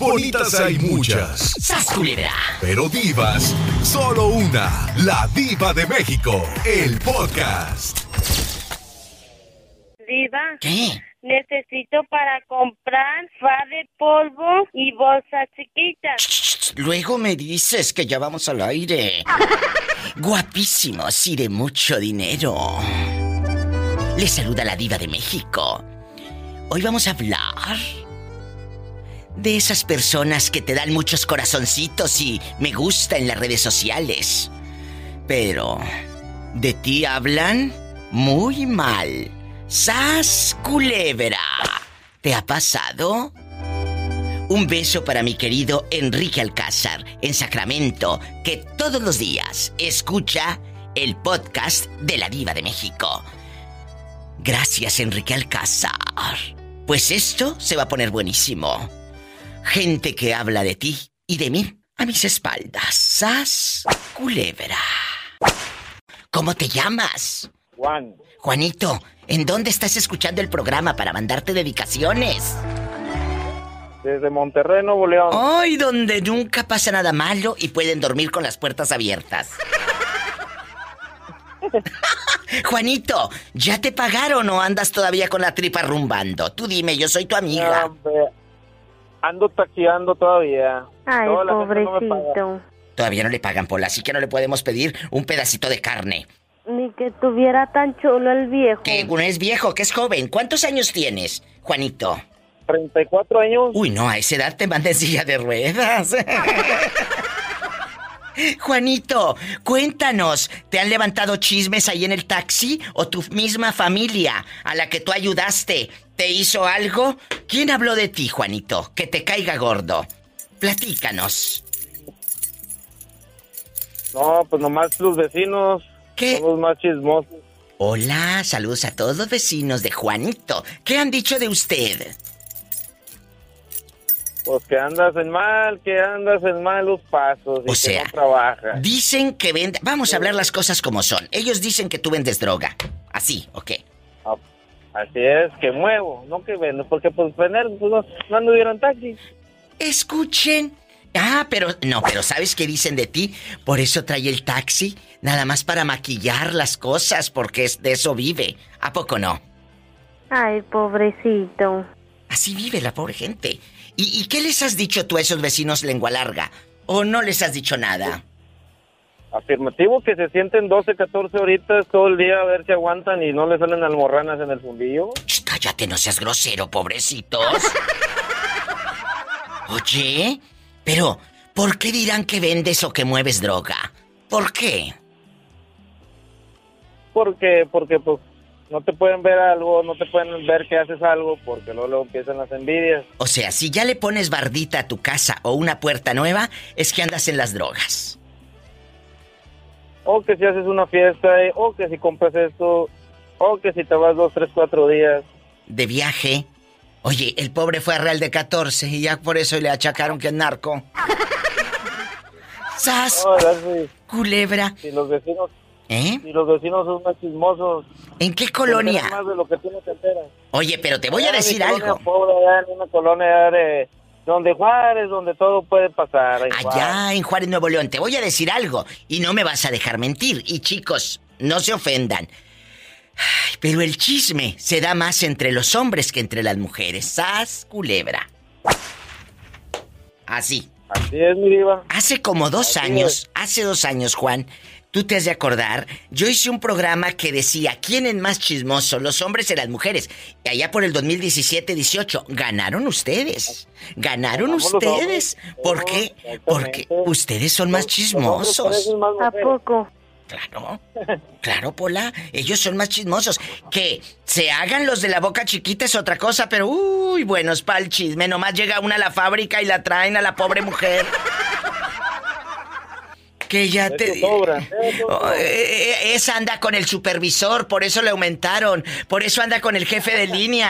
Bonitas hay muchas. ¡Sas, culebra! Pero divas, solo una. La Diva de México. El podcast. Diva. ¿Qué? Necesito para comprar fa de polvo y bolsas chiquitas. Luego me dices que ya vamos al aire. Guapísimos y de mucho dinero. Les saluda la Diva de México. Hoy vamos a hablar de esas personas que te dan muchos corazoncitos y me gusta en las redes sociales. Pero de ti hablan muy mal. ¡Sas, culebra! ¿Te ha pasado? Un beso para mi querido Enrique Alcázar en Sacramento, que todos los días escucha el podcast de la Diva de México. Gracias, Enrique Alcázar. Pues esto se va a poner buenísimo. Gente que habla de ti y de mí a mis espaldas. ¡Sas, culebra! ¿Cómo te llamas? Juan. Juanito, ¿en dónde estás escuchando el programa para mandarte dedicaciones? Desde Monterrey, Nuevo León. ¡Ay, donde nunca pasa nada malo y pueden dormir con las puertas abiertas! Juanito, ¿ya te pagaron o andas todavía con la tripa rumbando? Tú dime, yo soy tu amiga. Ando taxiando todavía. Ay, No, la gente no me pobrecito. paga. Todavía no le pagan, Pola, así que no le podemos pedir un pedacito de carne. Ni que tuviera tan chulo el viejo. Que no es viejo, que es joven. ¿Cuántos años tienes, Juanito? 34 años. Uy, no, a esa edad te mandan en silla de ruedas. Juanito, cuéntanos, ¿te han levantado chismes ahí en el taxi o tu misma familia a la que tú ayudaste te hizo algo? ¿Quién habló de ti, Juanito? Que te caiga gordo. Platícanos. No, pues nomás los vecinos. ¿Qué? Son los más chismosos. Hola, saludos a todos los vecinos de Juanito. ¿Qué han dicho de usted? Pues que andas en malos pasos y O sea, que no trabajas. dicen que vende... Vamos a hablar las cosas como son. Ellos dicen que tú vendes droga. ¿Así o qué? Así es, que muevo, no que vendo, porque pues vender, pues no anduvieron taxi. Escuchen. Pero ¿sabes qué dicen de ti? Por eso trae el taxi, nada más para maquillar las cosas, porque de eso vive. ¿A poco no? Ay, pobrecito. Así vive la pobre gente. ¿Y qué les has dicho tú a esos vecinos lengua larga? ¿O no les has dicho nada? Afirmativo que se sienten 12, 14 horitas todo el día a ver si aguantan y no les salen almorranas en el fundillo. Ch, cállate, no seas grosero, pobrecitos. Oye, pero ¿por qué dirán que vendes o que mueves droga? ¿Por qué? Porque pues no te pueden ver algo, no te pueden ver que haces algo, porque luego empiezan las envidias. O sea, si ya le pones bardita a tu casa o una puerta nueva, es que andas en las drogas. O que si haces una fiesta, o que si compras esto, o que si te vas 2, 3, 4 días. De viaje. Oye, el pobre fue a Real de 14 y ya por eso le achacaron que es narco. ¡Sas! No, sí. Culebra. Si los vecinos... ¿Eh? Si los vecinos son más chismosos. ¿En qué colonia? Más de lo que tú no te enteras. Oye, pero te voy a decir en algo. Pobre, allá en una colonia de donde Juárez, donde todo puede pasar. Allá en Juárez, Nuevo León, te voy a decir algo y no me vas a dejar mentir. Y chicos, no se ofendan. Ay, pero el chisme se da más entre los hombres que entre las mujeres. ¡Sas, culebra! Así. Así es, mi diva. Hace como 2 años, hace 2 años, Juan, tú te has de acordar, yo hice un programa que decía, ¿quién es más chismoso, los hombres o las mujeres? Y allá por el 2017-18, ganaron ustedes. Ganaron ustedes. ¿Por qué? Porque ustedes son más chismosos. ¿A poco? Claro, Pola, ellos son más chismosos. Que se hagan los de la boca chiquita es otra cosa, pero uy, buenos pa'l chisme. Nomás llega una a la fábrica y la traen a la pobre mujer. Que ya te... Esa anda con el supervisor, por eso le aumentaron. Por eso anda con el jefe de línea.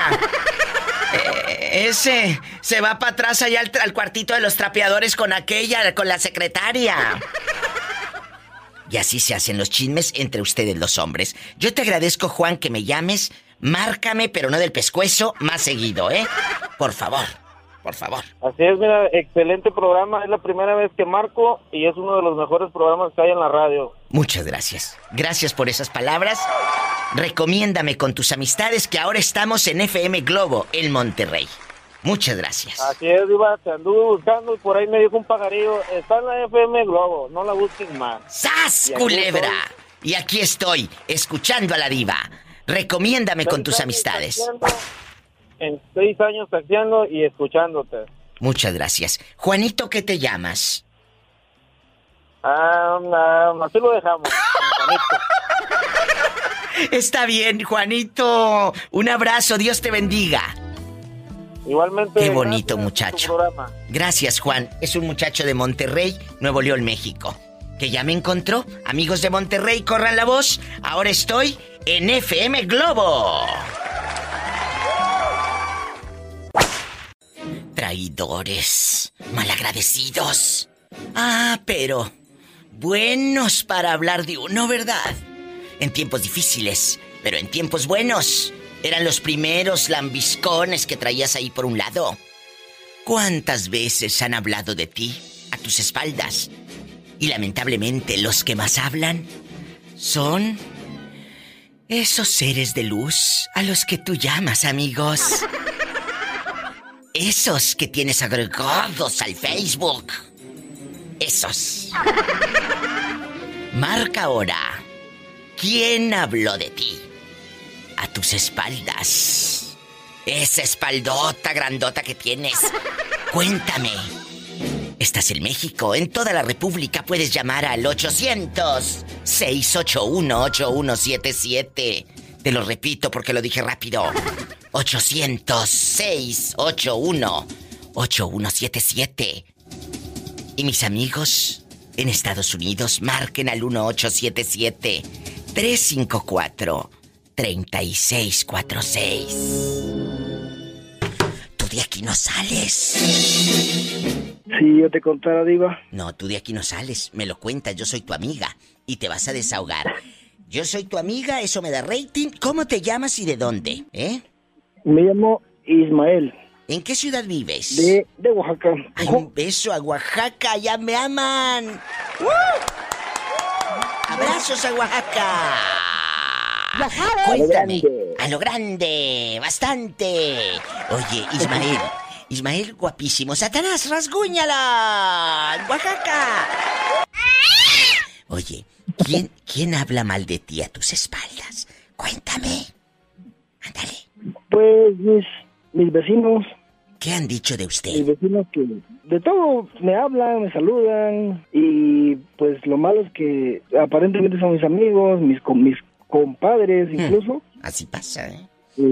Ese se va para atrás allá al cuartito de los trapeadores con con la secretaria. Y así se hacen los chismes entre ustedes los hombres. Yo te agradezco, Juan, que me llames. Márcame, pero no del pescuezo, más seguido, ¿eh? Por favor. por favor. Así es, mira, excelente programa. Es la primera vez que marco y es uno de los mejores programas que hay en la radio. Muchas gracias. Gracias por esas palabras. Recomiéndame con tus amistades que ahora estamos en FM Globo, en Monterrey. Muchas gracias. Así es, Diva, te anduve buscando y por ahí me dijo un pajarillo, está en la FM Globo, no la busques más. ¡Sas, culebra! Y aquí estoy, escuchando a la diva. Recomiéndame con tus amistades. En 6 años taxiando y escuchándote. Muchas gracias. Juanito, ¿qué te llamas? Así lo dejamos. Está bien, Juanito. Un abrazo, Dios te bendiga. Igualmente. Qué bonito muchacho. Gracias, Juan. Es un muchacho de Monterrey, Nuevo León, México. Que ya me encontró. Amigos de Monterrey, corran la voz. Ahora estoy en FM Globo. Traidores, malagradecidos. Pero buenos para hablar de uno, ¿verdad? En tiempos difíciles, pero en tiempos buenos. Eran los primeros lambiscones que traías ahí por un lado. ¿Cuántas veces han hablado de ti a tus espaldas? Y lamentablemente los que más hablan son esos seres de luz a los que tú llamas amigos. Esos que tienes agregados al Facebook. Esos. Marca ahora. ¿Quién habló de ti? A tus espaldas. Esa espaldota grandota que tienes. Cuéntame. Estás en México, en toda la República puedes llamar al 800-681-8177. Te lo repito porque lo dije rápido. 800-681-8177. Y mis amigos en Estados Unidos marquen al 1877-354-3646. Tú de aquí no sales. Si yo te contara, Diva. No, tú de aquí no sales. Me lo cuentas, yo soy tu amiga. Y te vas a desahogar. Yo soy tu amiga, eso me da rating. ¿Cómo te llamas y de dónde? Me llamo Ismael. ¿En qué ciudad vives? De Oaxaca. Ay, un beso a Oaxaca, ya me aman. Abrazos a Oaxaca. Cuéntame. A lo grande, bastante. Oye, Ismael guapísimo. Satanás, rasguñala. En Oaxaca. Oye, ¿quién habla mal de ti a tus espaldas? Cuéntame. Ándale. Pues mis vecinos. ¿Qué han dicho de usted? Mis vecinos que de todo me hablan, me saludan. Y pues lo malo es que aparentemente son mis amigos, mis compadres incluso. Así pasa, ¿eh?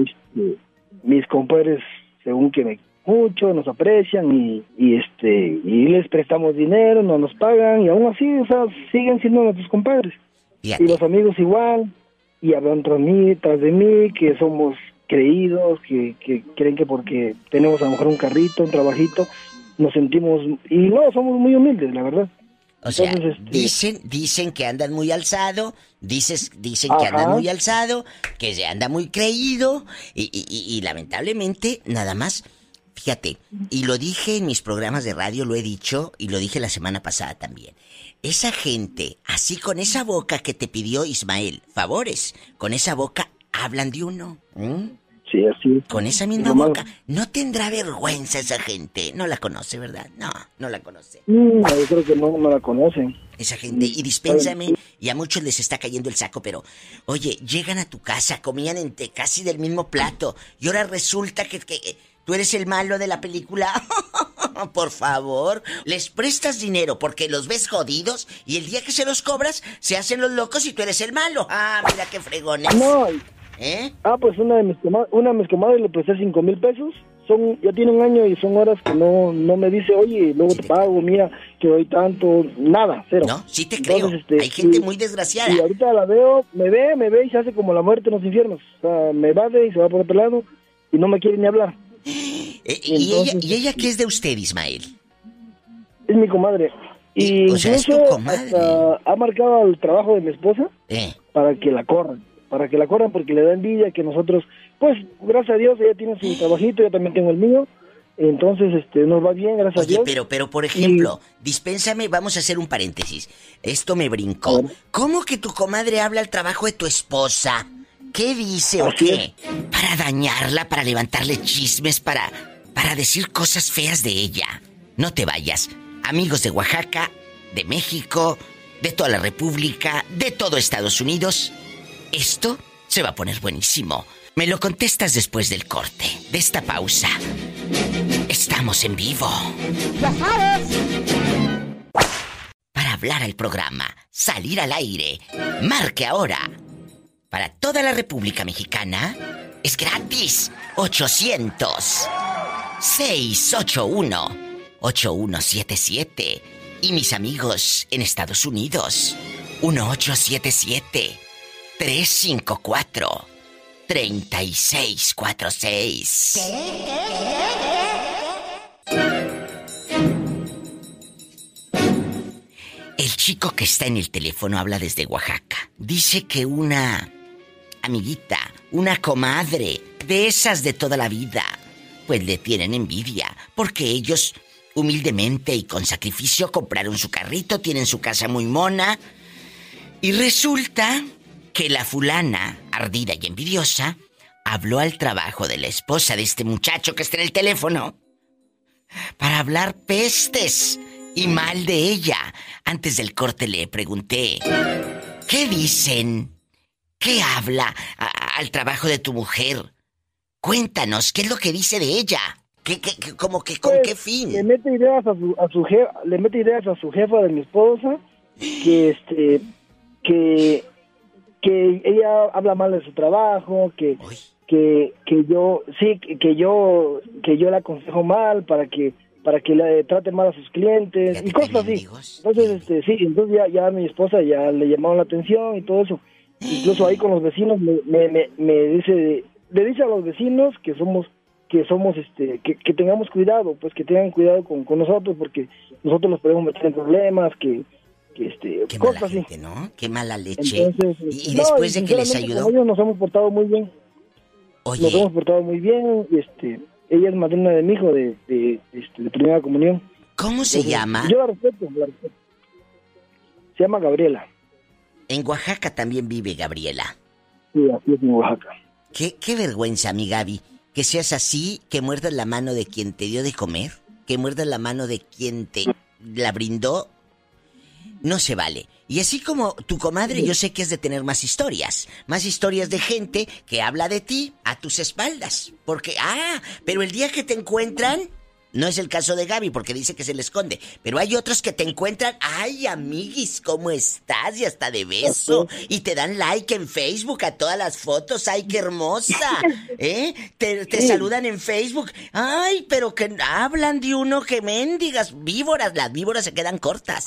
Mis compadres, según que me mucho, nos aprecian y les prestamos dinero, no nos pagan y aún así, o sea, siguen siendo nuestros compadres. Fíjate. Y los amigos igual, y hablan tras de mí, que somos creídos, que creen que porque tenemos a lo mejor un carrito, un trabajito, nos sentimos, y no, somos muy humildes, la verdad. O sea, entonces, dicen que andan muy alzado, dicen que andan muy alzado, que se anda muy creído, y lamentablemente, nada más. Fíjate, y lo dije en mis programas de radio, lo he dicho, y lo dije la semana pasada también. Esa gente, así con esa boca que te pidió Ismael, favores, con esa boca hablan de uno. Sí, así. Con esa misma boca. ¿No tendrá vergüenza esa gente? No la conoce, ¿verdad? No la conoce. Yo creo que no la conocen. Esa gente, y dispénsame, y a muchos les está cayendo el saco, pero, oye, llegan a tu casa, comían casi del mismo plato, y ahora resulta que tú eres el malo de la película. Por favor, les prestas dinero porque los ves jodidos, y el día que se los cobras, se hacen los locos y tú eres el malo. Mira qué fregones. No. Pues una de mis comadres le presté 5,000 pesos. Ya tiene un año y son horas que no me dice, oye, luego te pago, mira, que doy tanto, nada, cero. No, sí te creo. Entonces, hay gente muy desgraciada. Y ahorita la veo, me ve y se hace como la muerte en los infiernos. O sea, me evade y se va por otro lado y no me quiere ni hablar. Entonces, ¿Y ella qué es de usted, Ismael? Es mi comadre. Y o sea, es tu comadre. Ha marcado el trabajo de mi esposa para que la corran. Porque le da envidia que nosotros, pues, gracias a Dios, ella tiene su trabajito, yo también tengo el mío, Entonces, nos va bien, gracias a Dios. Pero por ejemplo, dispénsame, vamos a hacer un paréntesis. Esto me brincó. ¿Cómo que tu comadre habla al trabajo de tu esposa? ¿Qué dice o qué? Para dañarla, para levantarle chismes, para decir cosas feas de ella. No te vayas. Amigos de Oaxaca, de México, de toda la República, de todo Estados Unidos, esto se va a poner buenísimo. Me lo contestas después del corte, de esta pausa. Estamos en vivo. ¡Ya sabes! Para hablar al programa, salir al aire, marque ahora. Para toda la República Mexicana, es gratis. 800-681-8177. Y mis amigos en Estados Unidos, 1877-354-3646. El chico que está en el teléfono habla desde Oaxaca. Dice que una amiguita, una comadre, de esas de toda la vida, pues le tienen envidia, porque ellos humildemente y con sacrificio compraron su carrito, tienen su casa muy mona, y resulta que la fulana, ardida y envidiosa, habló al trabajo de la esposa de este muchacho que está en el teléfono para hablar pestes y mal de ella. Antes del corte le pregunté, ¿qué dicen? ¿Qué habla al trabajo de tu mujer? Cuéntanos, ¿qué es lo que dice de ella? ¿Con qué fin? Le mete ideas a su jefa, le mete ideas a su jefa de mi esposa, que ella habla mal de su trabajo, que yo le aconsejo mal para que le traten mal a sus clientes y cosas así. Entonces, entonces ya mi esposa ya le llamaron la atención y todo eso. Incluso ahí con los vecinos me dice, le dice a los vecinos que tengamos cuidado, pues que tengan cuidado con nosotros, porque nosotros los podemos meter en problemas, Qué cosas mala así. gente, ¿no? Qué mala leche. Entonces, y después de que les ayudó. Ellos nos hemos portado muy bien. Oye. Nos hemos portado muy bien. Ella es madrina de mi hijo de primera comunión. ¿Cómo se llama? Yo la respeto. Se llama Gabriela. En Oaxaca también vive Gabriela. Sí, así es, en Oaxaca. Qué vergüenza, mi Gaby, que seas así, que muerdas la mano de quien te dio de comer, que muerdas la mano de quien te la brindó. No se vale. Y así como tu comadre, yo sé que es de tener más historias de gente que habla de ti a tus espaldas. Porque, pero el día que te encuentran, no es el caso de Gaby porque dice que se le esconde, pero hay otros que te encuentran, ay, amiguis, ¿cómo estás? Y hasta de beso, y te dan like en Facebook a todas las fotos, ay, qué hermosa, te saludan en Facebook, ay, pero que hablan de uno que mendigas, víboras, las víboras se quedan cortas.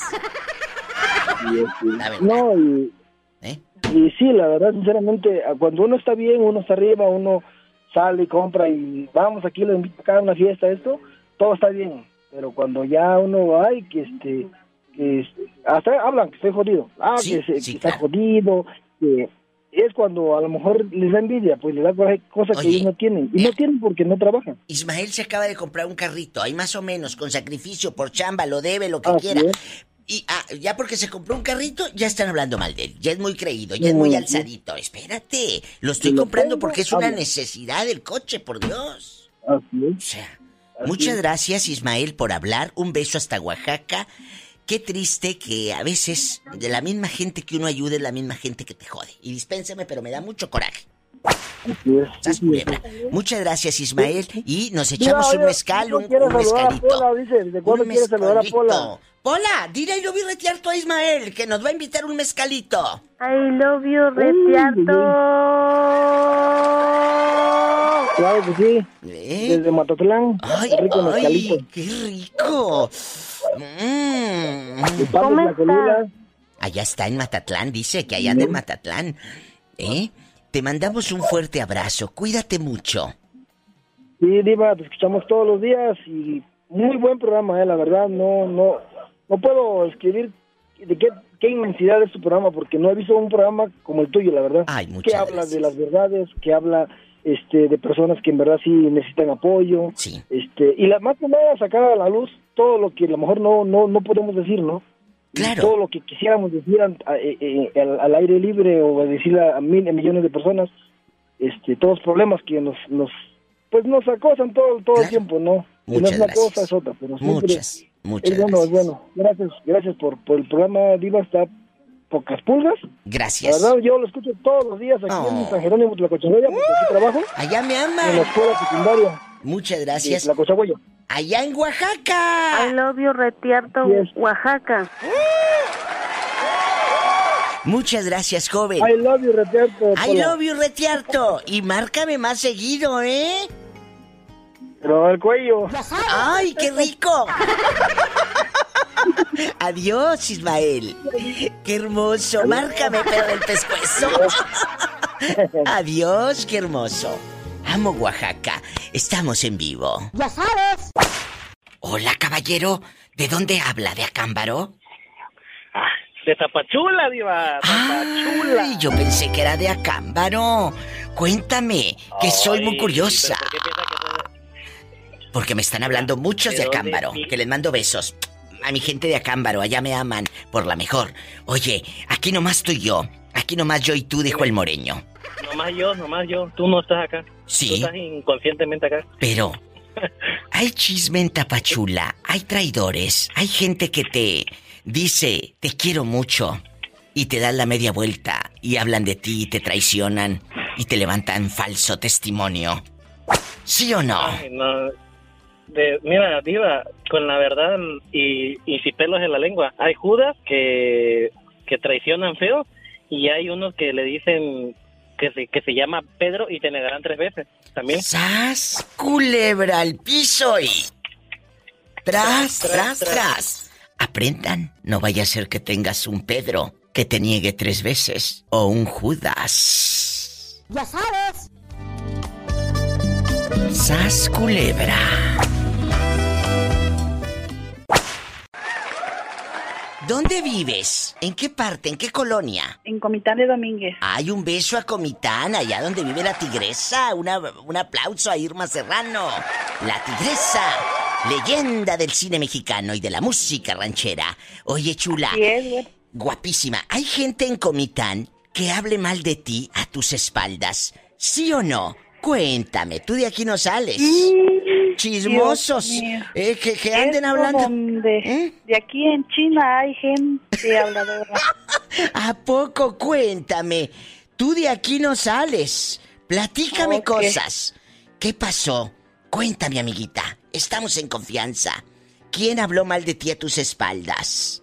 No, y sí, la verdad, sinceramente, cuando uno está bien, uno está arriba, uno sale y compra y vamos, aquí lo invito acá a una fiesta, todo está bien, pero cuando ya uno va y que hasta hablan que estoy jodido, que está jodido, que es cuando a lo mejor les da envidia, pues les da cosas que ellos no tienen, y no tienen porque no trabajan. Ismael se acaba de comprar un carrito, ahí más o menos, con sacrificio, por chamba, lo debe, lo que quiera. Y ya porque se compró un carrito, ya están hablando mal de él. Ya es muy creído, ya es muy alzadito. Espérate, lo estoy comprando porque es una necesidad del coche, por Dios. Así es. O sea, muchas gracias, Ismael, por hablar. Un beso hasta Oaxaca. Qué triste que a veces de la misma gente que uno ayude es la misma gente que te jode. Y dispénseme, pero me da mucho coraje. ¿Estás culebra? Muchas gracias, Ismael. Y nos echamos un mezcal, un mezcalito. Pola, dice, ¿desde cuándo quieres saludar a Pola? Pola, dile I love you retearto a Ismael, que nos va a invitar un mezcalito. I love you retearto. Claro que sí. Desde Matatlán. Ay, rico mezcalito. Qué rico. ¿Cómo está? Allá está en Matatlán, dice que allá anda en Matatlán. Te mandamos un fuerte abrazo, cuídate mucho. Sí, Diva, te escuchamos todos los días y muy buen programa, la verdad, no puedo escribir de qué inmensidad es tu programa porque no he visto un programa como el tuyo, la verdad. Ay, muchas que habla gracias. de las verdades, que habla de personas que en verdad sí necesitan apoyo. Sí. Y más que nada sacar a la luz todo lo que a lo mejor no podemos decir, ¿no? Claro. Todo lo que quisiéramos decir al aire libre o decirle a millones de personas, todos los problemas que nos acosan todo Claro. el tiempo, ¿no? Si no es una cosa, es otra, pero siempre Muchas es bueno, gracias. es bueno. Gracias por el programa, Diva, está pocas pulgas. Gracias. La verdad, yo lo escucho todos los días aquí en San Jerónimo de Tlacochagüeya, porque aquí trabajo. Allá me En la aman. escuela secundaria Muchas de gracias. Tlacochagüeya. Allá en Oaxaca. I love you, Retierto, Yes. Oaxaca. Muchas gracias, joven. I love you, Retierto. I love you, Retiarto. Y márcame más seguido, ¿eh? Pero al cuello. ¡Ay, qué rico! Adiós, Ismael. Qué hermoso. Márcame, pero del pescuezo. Adiós, qué hermoso. Amo Oaxaca. Estamos en vivo. Ya sabes. Hola, caballero. ¿De dónde habla? ¿De Acámbaro? De Tapachula, Diva. Tapachula. Ay, yo pensé que era de Acámbaro. Cuéntame, que soy muy curiosa. ¿Pero por qué piensa que soy? Porque me están hablando muchos de ¿De dónde Acámbaro. sí? Que les mando besos. A mi gente de Acámbaro, allá me aman por la mejor. Oye, aquí nomás tú y yo. Aquí nomás yo y tú, dijo el moreño. Nomás yo. Tú no estás acá. Sí. Tú estás inconscientemente acá. Pero hay chisme en Tapachula, hay traidores, hay gente que te dice, te quiero mucho, y te dan la media vuelta, y hablan de ti, y te traicionan, y te levantan falso testimonio. ¿Sí o no? Ay, no. Mira, Diva, con la verdad y sin pelos en la lengua, hay judas que traicionan feo, y hay unos que le dicen que se llama Pedro y te negarán 3 veces también. ¡Sas! Culebra al piso y... ¡Tras, tras, tras! Aprendan, no vaya a ser que tengas un Pedro que te niegue 3 veces, o un Judas. Ya sabes. ¡Sas, culebra! ¿Dónde vives? ¿En qué parte? ¿En qué colonia? En Comitán de Domínguez. Hay un beso a Comitán, allá donde vive la tigresa. Un aplauso a Irma Serrano. La tigresa, leyenda del cine mexicano y de la música ranchera. Oye, chula, Sí, es, güey. guapísima. ¿Hay gente en Comitán que hable mal de ti a tus espaldas? ¿Sí o no? Cuéntame, tú de aquí no sales. Chismosos. Dios mío. Que anden Es hablando. como de aquí en China hay gente habladora. ¿A poco? Cuéntame. Tú de aquí no sales. Platícame Ok. cosas. ¿Qué pasó? Cuéntame, amiguita. Estamos en confianza. ¿Quién habló mal de ti a tus espaldas?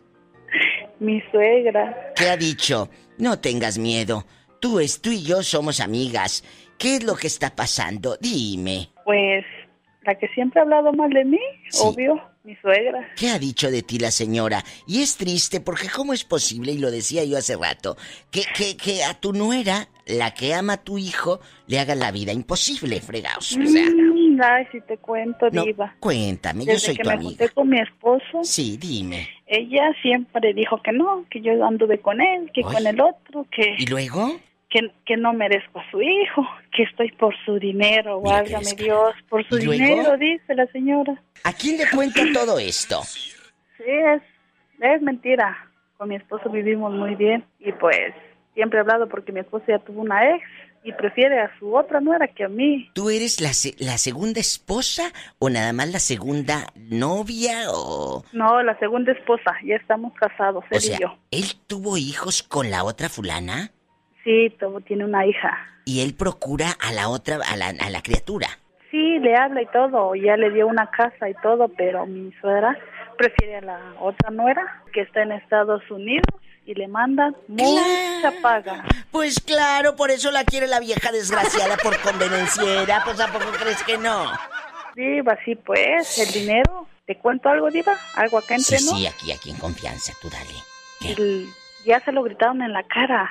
Mi suegra. ¿Qué ha dicho? No tengas miedo. Tú y yo somos amigas. ¿Qué es lo que está pasando? Dime. Pues la que siempre ha hablado mal de mí, Sí. obvio, mi suegra. ¿Qué ha dicho de ti la señora? Y es triste porque ¿cómo es posible, y lo decía yo hace rato, que a tu nuera, la que ama a tu hijo, le haga la vida imposible, fregaos? O sea, Ay, si te cuento, no, Diva. cuéntame, yo Desde soy que tu me amiga. junté con mi esposo, Sí, dime. ella siempre dijo que no, que yo anduve con él, que Ay. con el otro, ¿Y luego? que no merezco a su hijo, que estoy por su dinero, Mira qué válgame descarado. Dios, por su ¿Y luego? dinero, dice la señora. ¿A quién le cuenta todo esto? Sí, es mentira. Con mi esposo vivimos muy bien y pues siempre he hablado porque mi esposo ya tuvo una ex y prefiere a su otra nuera que a mí. ¿Tú eres la segunda esposa o nada más la segunda novia o...? No, la segunda esposa, ya estamos casados, O él sea, y yo. ¿él tuvo hijos con la otra fulana? Sí, tiene una hija. Y él procura a la otra, a la criatura. Sí, le habla y todo, ya le dio una casa y todo, pero mi suegra prefiere a la otra nuera que está en Estados Unidos y le manda mucha paga. Pues claro, por eso la quiere la vieja desgraciada por convenenciera. Pues ¿a poco crees que no? Diva, sí pues, el dinero. ¿Te cuento algo, Diva? ¿Algo acá entre Sí, nos? sí, aquí en confianza, tú dale. ¿Qué? Ya se lo gritaron en la cara.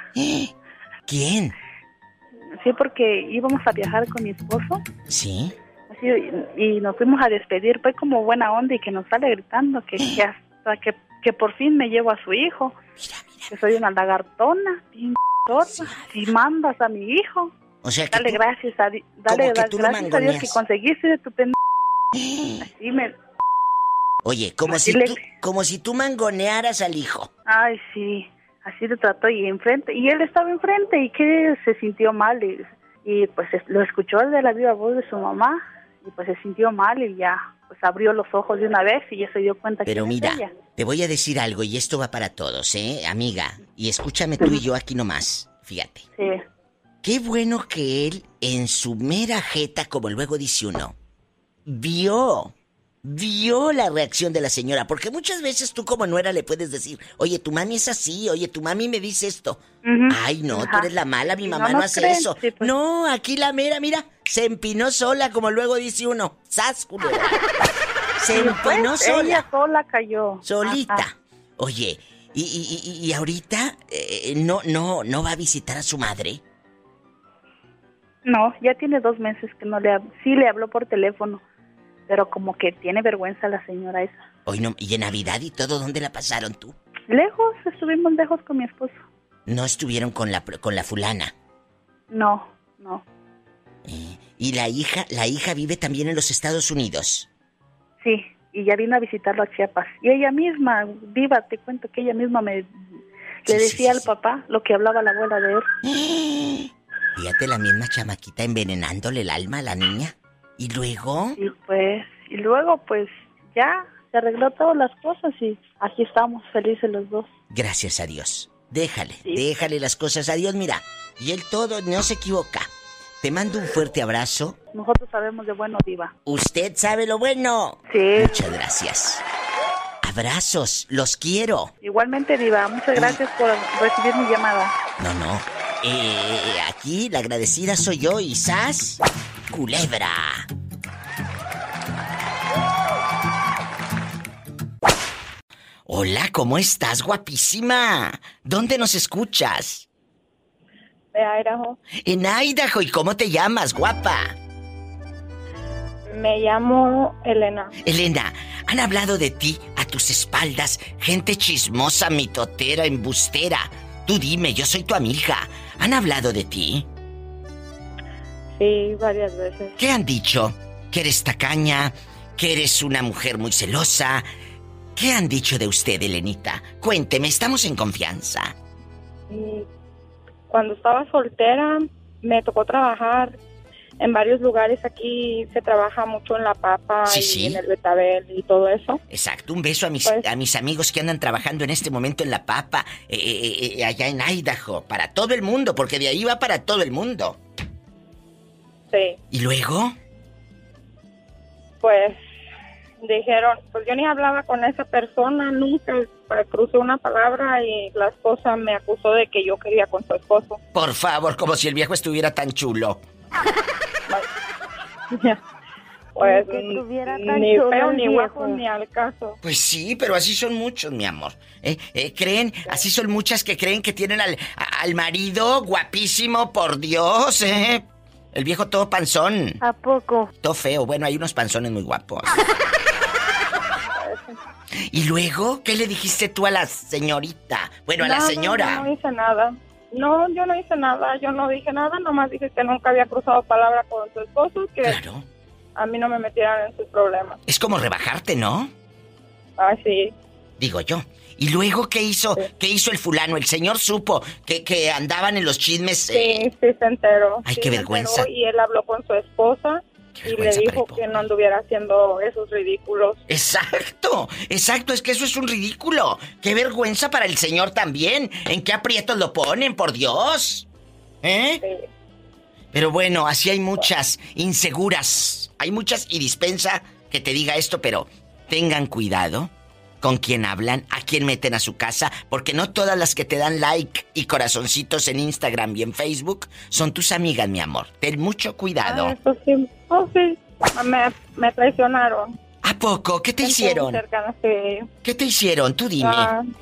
¿Quién? Sí, porque íbamos a viajar con mi esposo. ¿Sí? Así, y nos fuimos a despedir. Fue como buena onda y que nos sale gritando que hasta que por fin me llevo a su hijo. Mira. Que soy una lagartona, bien gorda, y mandas a mi hijo. O sea que Dale tú, gracias a Dios. Dale como que tú lo gracias a Dios que mangoneas. conseguiste tu pendejo. Así me... Oye, como Así si tú mangonearas al hijo. Ay, sí. Así lo trató y enfrente. Y él estaba enfrente y que se sintió mal. Y pues lo escuchó de la viva voz de su mamá. Y pues se sintió mal y ya pues abrió los ojos de una vez y ya se dio cuenta Pero que mira, es ella. te voy a decir algo y esto va para todos, amiga. Y escúchame tú y yo aquí nomás. Fíjate. Sí. Qué bueno que él, en su mera jeta, como luego dice uno, vio la reacción de la señora. Porque muchas veces tú como nuera le puedes decir, oye, tu mami es así, oye, tu mami me dice esto. Ay, no, tú eres la mala, mi mamá no hace creen, eso. sí, pues. No, aquí la mera, mira, se empinó sola, como luego dice uno. ¡Sas, culera! Se empinó Pues, sola. ella sola cayó. Solita. Ajá. Oye, y ahorita no va a visitar a su madre. No, ya tiene 2 meses que no le sí le habló por teléfono, pero como que tiene vergüenza la señora esa. Hoy no, y en Navidad y todo, ¿dónde la pasaron tú? Lejos, estuvimos lejos con mi esposo. No estuvieron con la fulana. No. Y la hija vive también en los Estados Unidos. Sí, y ya vino a visitarlo a Chiapas. Y ella misma, viva, te cuento que ella misma le decía al papá lo que hablaba la abuela de él. Fíjate, la misma chamaquita envenenándole el alma a la niña. ¿Y luego? Y luego pues ya se arregló todas las cosas y aquí estamos felices los dos. Gracias a Dios. Déjale las cosas a Dios, mira. Y él todo no se equivoca. Te mando un fuerte abrazo. Nosotros sabemos de bueno, diva. Usted sabe lo bueno. Sí. Muchas gracias. Abrazos, los quiero. Igualmente, diva, muchas gracias por recibir mi llamada. No. Aquí la agradecida soy yo y ¡sas! Culebra. Hola, ¿cómo estás, guapísima? ¿Dónde nos escuchas? De Idaho. En Idaho. ¿Y cómo te llamas, guapa? Me llamo Elena. Elena, han hablado de ti a tus espaldas, gente chismosa, mitotera, embustera. Tú dime, yo soy tu amiga. ¿Han hablado de ti? Sí, varias veces. ¿Qué han dicho? ¿Que eres tacaña? ¿Que eres una mujer muy celosa? ¿Qué han dicho de usted, Elenita? Cuénteme, estamos en confianza. Cuando estaba soltera, me tocó trabajar en varios lugares. Aquí se trabaja mucho en la papa y en el betabel y todo eso. Exacto, un beso a mis amigos que andan trabajando en este momento en la papa, allá en Idaho, para todo el mundo, porque de ahí va para todo el mundo. Sí. ¿Y luego? Pues dijeron, pues yo ni hablaba con esa persona, nunca crucé una palabra y la esposa me acusó de que yo quería con su esposo. Por favor, como si el viejo estuviera tan chulo. Pues ni feo, ni guapo, ni al caso. Pues sí, pero así son muchos, mi amor. ¿Creen? Así son muchas que creen que tienen al marido guapísimo, por Dios, ¿eh? El viejo todo panzón. ¿A poco? Todo feo. Bueno, hay unos panzones muy guapos. ¿Y luego? ¿Qué le dijiste tú a la señorita? Bueno, a la señora. No hice nada. No, yo no hice nada. Yo no dije nada. Nomás dije que nunca había cruzado palabra con su esposo. Que claro. A mí no me metieran en sus problemas. Es como rebajarte, ¿no? Ah, sí. Digo yo. ¿Y luego qué hizo? Sí. ¿Qué hizo el fulano? El señor supo que andaban en los chismes. Sí, se enteró. Ay, qué vergüenza. Y él habló con su esposa y le dijo que no anduviera haciendo esos ridículos. Exacto, es que eso es un ridículo. Qué vergüenza para el señor también. ¿En qué aprietos lo ponen, por Dios? ¿Eh? Sí. Pero bueno, así hay muchas inseguras. Hay muchas y dispensa que te diga esto, pero tengan cuidado con quién hablan, a quién meten a su casa, porque no todas las que te dan like y corazoncitos en Instagram y en Facebook son tus amigas, mi amor. Ten mucho cuidado. Eso sí. Oh, sí. Me traicionaron. ¿A poco? ¿Qué te hicieron? Cercana, sí. ¿Qué te hicieron? Tú dime.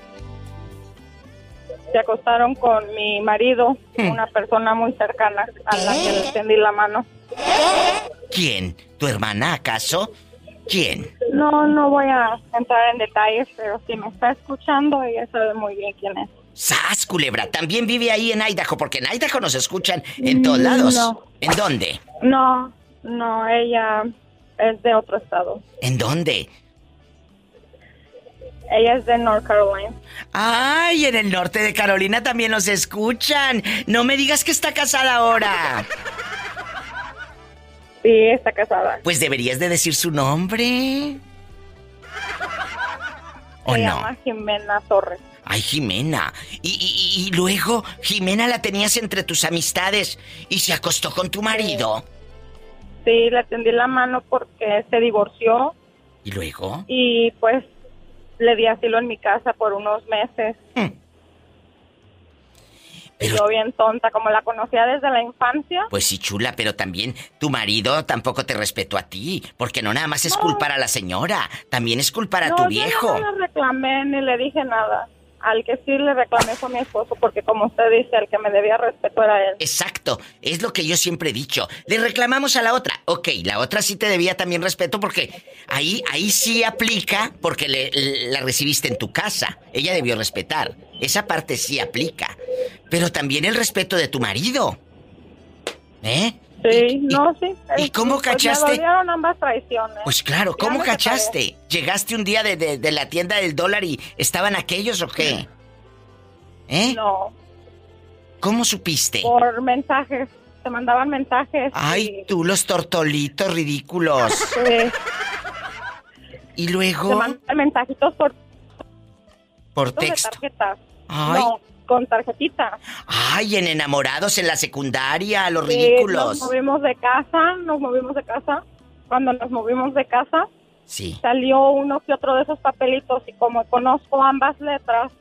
Se acostaron con mi marido, una persona muy cercana a la que le tendí la mano. ¿Quién? ¿Tu hermana, acaso? ¿Quién? No voy a entrar en detalles, pero si me está escuchando, ella sabe muy bien quién es. ¡Sas, culebra! También vive ahí en Idaho, porque en Idaho nos escuchan en todos lados. No. ¿En dónde? No, ella es de otro estado. ¿En dónde? Ella es de North Carolina. ¡Ay! En el norte de Carolina también nos escuchan. No me digas que está casada ahora. Sí, está casada. Pues deberías de decir su nombre. ¿O Se no? llama Jimena Torres. Ay, Jimena. Y luego, Jimena la tenías entre tus amistades y se acostó con tu marido. Sí, le tendí la mano porque se divorció ¿Y luego? y pues le di asilo en mi casa por unos meses. Pero- Yo bien tonta, como la conocía desde la infancia. Pues sí, chula, pero también tu marido tampoco te respetó a ti, porque no nada más es culpar a la señora, también es culpar a tu viejo. Yo no le reclamé ni le dije nada. Al que sí le reclamé fue mi esposo, porque como usted dice, el que me debía respeto era él. Exacto, es lo que yo siempre he dicho. Le reclamamos a la otra. Ok, la otra sí te debía también respeto porque ahí sí aplica porque la recibiste en tu casa. Ella debió respetar. Esa parte sí aplica. Pero también el respeto de tu marido. ¿Eh? Sí, sí. ¿Y cómo cachaste? Me dolieron ambas traiciones. Pues claro, Ya ¿cómo me cachaste? separé. ¿Llegaste un día de la tienda del dólar y estaban aquellos o qué? ¿Eh? No, ¿Cómo supiste? por mensajes. Te mandaban mensajes. Ay, tú los tortolitos ridículos. Sí, Y te luego, mandaban mensajitos por por de texto. tarjeta. Ay. No, con tarjetita. Ay, en enamorados en la secundaria, los Sí, ridículos. nos movimos de casa. Cuando nos movimos de casa, Sí. salió uno que otro de esos papelitos y como conozco ambas letras,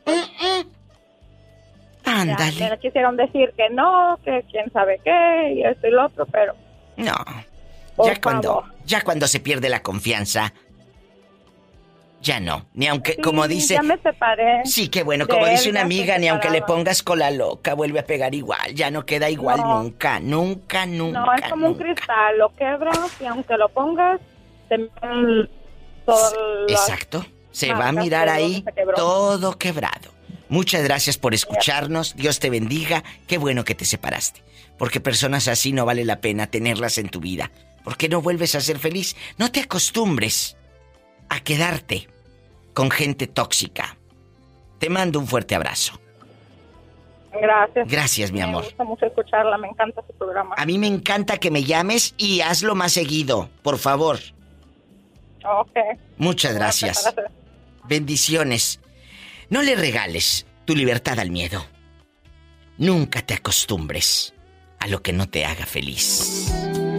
ya Ándale. me quisieron decir que no, que quién sabe qué y esto y lo otro, pero No. por cuando, favor. ya cuando se pierde la confianza, ya no. Ni aunque, Sí, como dice. ya me separé. Sí, qué bueno, de como él, dice una ya amiga, estoy ni aunque le separada. pongas cola loca, vuelve a pegar igual. Ya no queda igual No. nunca, nunca, nunca. No, es como un nunca. cristal, lo quebras y aunque lo pongas, te miran todas las- Exacto. Se va a marcas mirar de ahí donde se quebró. todo quebrado. Muchas gracias por escucharnos. Dios te bendiga. Qué bueno que te separaste. Porque personas así no vale la pena tenerlas en tu vida. ¿Por qué no vuelves a ser feliz? No te acostumbres a quedarte con gente tóxica. Te mando un fuerte abrazo. Gracias. Gracias, mi amor. Me gusta mucho escucharla, me encanta su programa. A mí me encanta que me llames y hazlo más seguido, por favor. Ok. Muchas gracias. Bendiciones. No le regales tu libertad al miedo. Nunca te acostumbres a lo que no te haga feliz.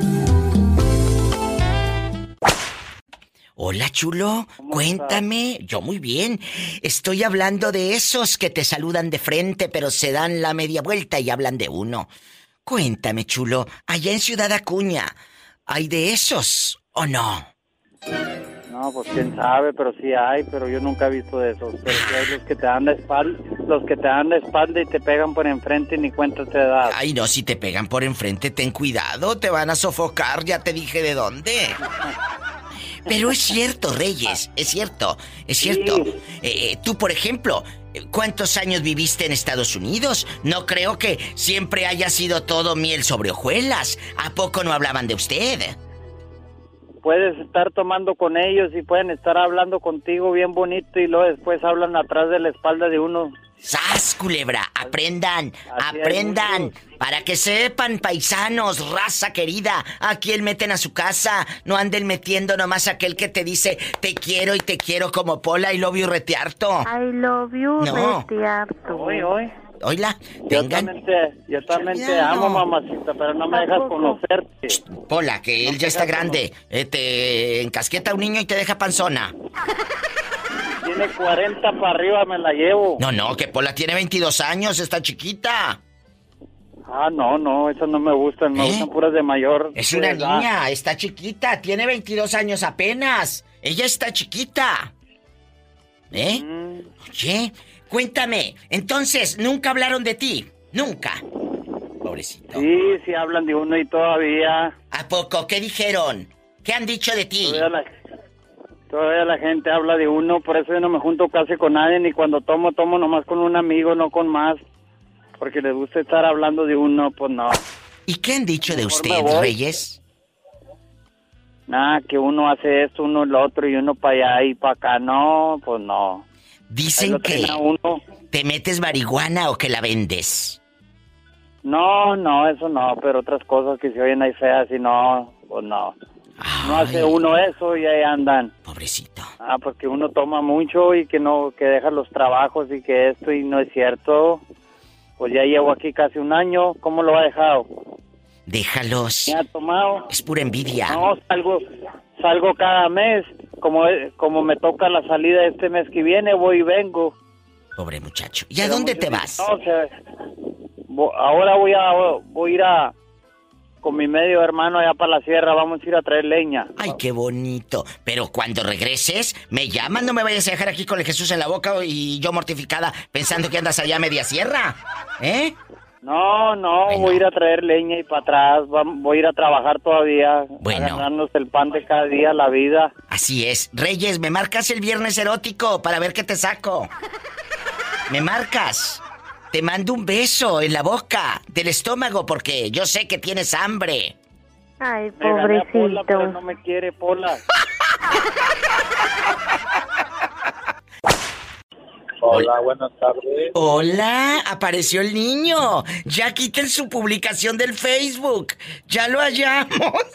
Hola, chulo. Cuéntame. Yo muy bien. Estoy hablando de esos que te saludan de frente, pero se dan la media vuelta y hablan de uno. Cuéntame, chulo. Allá en Ciudad Acuña, ¿hay de esos o no? No, pues quién sabe, pero sí hay, pero yo nunca he visto de esos. Pero sí hay los que te dan la espalda, y te pegan por enfrente y ni cuenta te das. Ay, no, si te pegan por enfrente, ten cuidado, te van a sofocar, ya te dije de dónde. Pero es cierto, Reyes, es cierto. Tú, por ejemplo, ¿cuántos años viviste en Estados Unidos? No creo que siempre haya sido todo miel sobre hojuelas. ¿A poco no hablaban de usted? Puedes estar tomando con ellos y pueden estar hablando contigo bien bonito y luego después hablan atrás de la espalda de uno. ¡Sas, culebra! Aprendan, Así hay aprendan. muchos. Para que sepan, paisanos, raza querida, a quién meten a su casa. No anden metiendo nomás a aquel que te dice te quiero y te quiero como Pola y love you retiarto. I love you, No. Retiarto. Hoy. Oíla, Yo tengan... también te Cuidado. amo, mamacita, pero no me dejas conocerte. Pola, que él ya está grande. Te encasqueta a un niño y te deja panzona. Tiene 40 para arriba, me la llevo. No, que Pola tiene 22 años, está chiquita. Ah, no, esas no me gustan, me ¿Eh? gustan puras de mayor. Es una edad. niña, está chiquita, tiene 22 años apenas. Ella está chiquita. ¿Eh? Oye, cuéntame, entonces, ¿nunca hablaron de ti? Nunca. Pobrecito. Sí, hablan de uno y todavía. ¿A poco? ¿Qué dijeron? ¿Qué han dicho de ti? Todavía Todavía la gente habla de uno, por eso yo no me junto casi con nadie, ni cuando tomo nomás con un amigo, no con más. Porque les gusta estar hablando de uno, pues no. ¿Y qué han dicho de Mejor usted, me voy. Reyes? Nada, que uno hace esto, uno lo otro, y uno para allá y para acá. No, pues no. Ahí Dicen lo que tiene a uno. te metes marihuana o que la vendes. No, eso no, pero otras cosas que se oyen ahí feas y no, pues no. No hace Ay, uno eso y ahí andan. pobrecito. Ah, porque uno toma mucho y que no, que deja los trabajos y que esto y no es cierto. Pues ya llevo aquí casi un año, ¿cómo lo ha dejado? Déjalos. ¿Me ha tomado? Es pura envidia. No, salgo cada mes, como me toca la salida este mes que viene, voy y vengo. Pobre muchacho. ¿Y a Pero dónde muchos te dicen, vas? no, ahora voy a ir con mi medio hermano allá para la sierra, vamos a ir a traer leña. Ay, qué bonito. Pero cuando regreses, me llaman, no me vayas a dejar aquí con el Jesús en la boca y yo mortificada pensando que andas allá a media sierra. ¿Eh? No, Bueno. voy a ir a traer leña y para atrás, voy a ir a trabajar todavía, Bueno. a ganarnos el pan de cada día, la vida. Así es. Reyes, me marcas el viernes erótico para ver qué te saco. Me marcas. Te mando un beso en la boca, del estómago, porque yo sé que tienes hambre. Ay, Me gané a Pola, pero pobrecito. no me quiere Pola. Hola, buenas tardes. Hola, apareció el niño. Ya quiten su publicación del Facebook. Ya lo hallamos.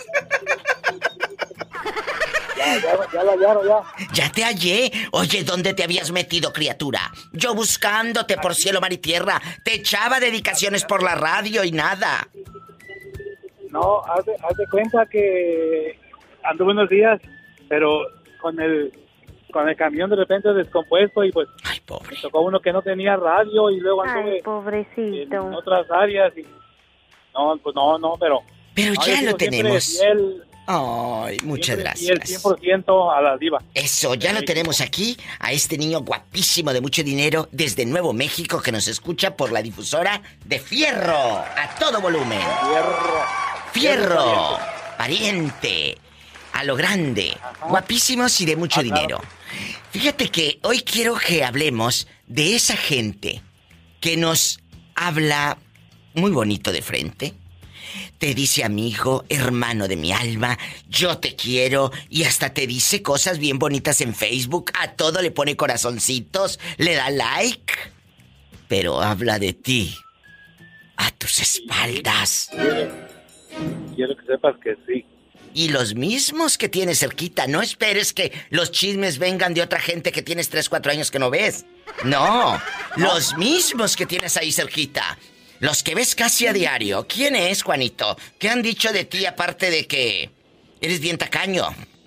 Ya la hallaron, ya. Ya te hallé. Oye, ¿dónde te habías metido, criatura? Yo buscándote por cielo, mar y tierra. Te echaba dedicaciones por la radio y nada. No, haz de cuenta que anduve unos días, pero con el camión de repente descompuesto y pues Ay, pobre. me tocó uno que no tenía radio y luego Ay, anduve en pobrecito. otras áreas y no, pues no, pero Pero no, ya yo lo sigo siempre tenemos. fiel, Ay, muchas siempre fiel gracias. 100% a la diva. Eso, ya lo tenemos aquí, a este niño guapísimo de mucho dinero desde Nuevo México que nos escucha por la difusora de Fierro, a todo volumen. Fierro, pariente, a lo grande, guapísimos y de mucho dinero. Fíjate que hoy quiero que hablemos de esa gente que nos habla muy bonito de frente. Te dice amigo, hermano de mi alma, yo te quiero, y hasta te dice cosas bien bonitas en Facebook, a todo le pone corazoncitos, le da like, pero habla de ti a tus espaldas. Quiero que sepas que sí. Y los mismos que tienes cerquita, no esperes que los chismes vengan de otra gente que tienes 3, 4 años que no ves. No, los mismos que tienes ahí cerquita. Los que ves casi a diario. ¿Quién es, Juanito? ¿Qué han dicho de ti aparte de que eres bien tacaño?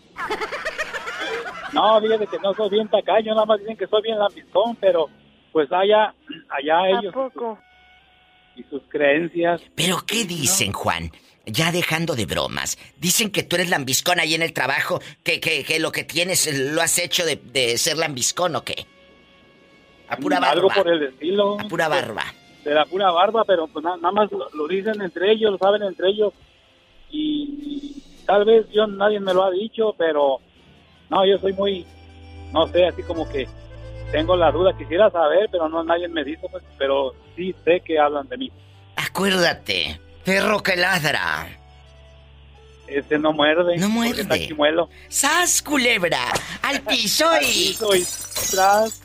No, fíjate que no soy bien tacaño, nada más dicen que soy bien lambiscón, pero pues allá ¿A ellos poco? y sus creencias. ¿Pero qué dicen, Juan? Ya dejando de bromas. Dicen que tú eres lambiscón ahí en el trabajo, que lo que tienes lo has hecho de ser lambiscón, ¿o qué? A pura barba. Algo por el estilo. A pura barba. De la pura barba, pero pues nada más lo dicen entre ellos, lo saben entre ellos. Y tal vez nadie me lo ha dicho, pero no, yo soy muy, no sé, así como que tengo la duda, quisiera saber, pero no, nadie me dice, pues, pero sí sé que hablan de mí. Acuérdate, perro que ladra. Ese no muerde. No porque muerde. está chimuelo. ¡Sas, culebra! ¡Al piso y... Soy tras.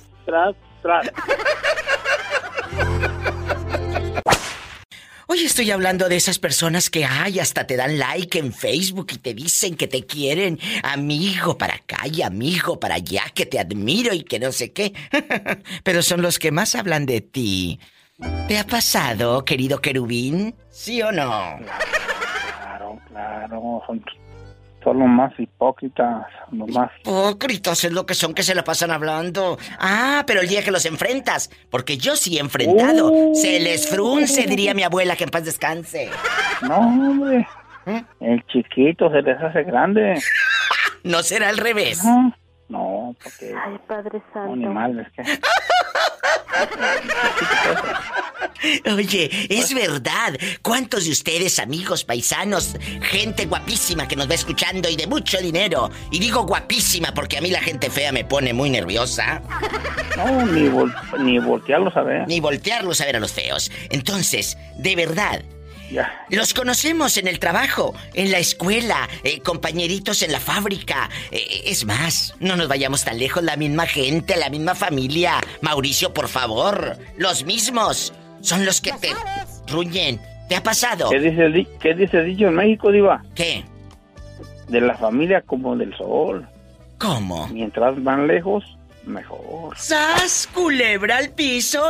Hoy estoy hablando de esas personas que hasta te dan like en Facebook y te dicen que te quieren, amigo para acá y amigo para allá, que te admiro y que no sé qué. Pero son los que más hablan de ti. ¿Te ha pasado, querido querubín? ¿Sí o no? Claro, son los más hipócritas, los más... Hipócritas es lo que son, que se la pasan hablando. Ah, pero el día que los enfrentas, porque yo sí he enfrentado. Se les frunce, diría mi abuela, que en paz descanse. No, hombre, el chiquito se les hace grande. ¿No será al revés? No, porque... Ay, Padre No, ni Santo. mal, es que... Oye, es verdad. ¿Cuántos de ustedes, amigos, paisanos, gente guapísima que nos va escuchando y de mucho dinero? Y digo guapísima porque a mí la gente fea me pone muy nerviosa. No, ni voltearlos a ver. Ni voltearlos a ver a los feos. Entonces, de verdad, ya. Los conocemos en el trabajo, en la escuela, compañeritos en la fábrica. Es más, no nos vayamos tan lejos, la misma gente, la misma familia. Mauricio, por favor, los mismos son los que te ruñen. ¿Te ha pasado? ¿Qué dice el dicho en México, Diva? ¿Qué? De la familia como del sol. ¿Cómo? Mientras van lejos, mejor. ¡Sas, culebra al piso!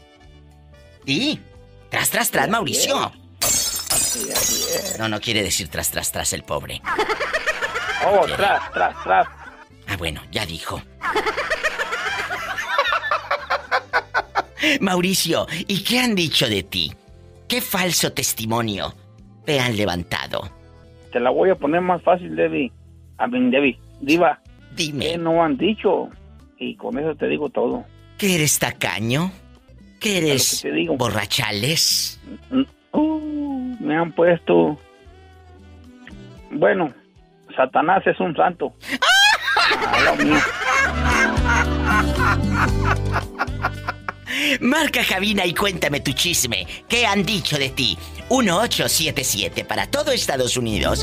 Y tras, Mauricio. Sí, así es. No quiere decir tras, el pobre. Oh, tras. Ah, bueno, ya dijo. Mauricio, ¿y qué han dicho de ti? ¿Qué falso testimonio te han levantado? Te la voy a poner más fácil, Debbie. Diva. Dime. ¿Qué no han dicho? Y con eso te digo todo. ¿Que eres tacaño? ¿Que eres Es lo que te digo. borrachales? Me han puesto... Bueno, Satanás es un santo. Lo mío. Marca cabina y cuéntame tu chisme. ¿Qué han dicho de ti? 1877 para todo Estados Unidos.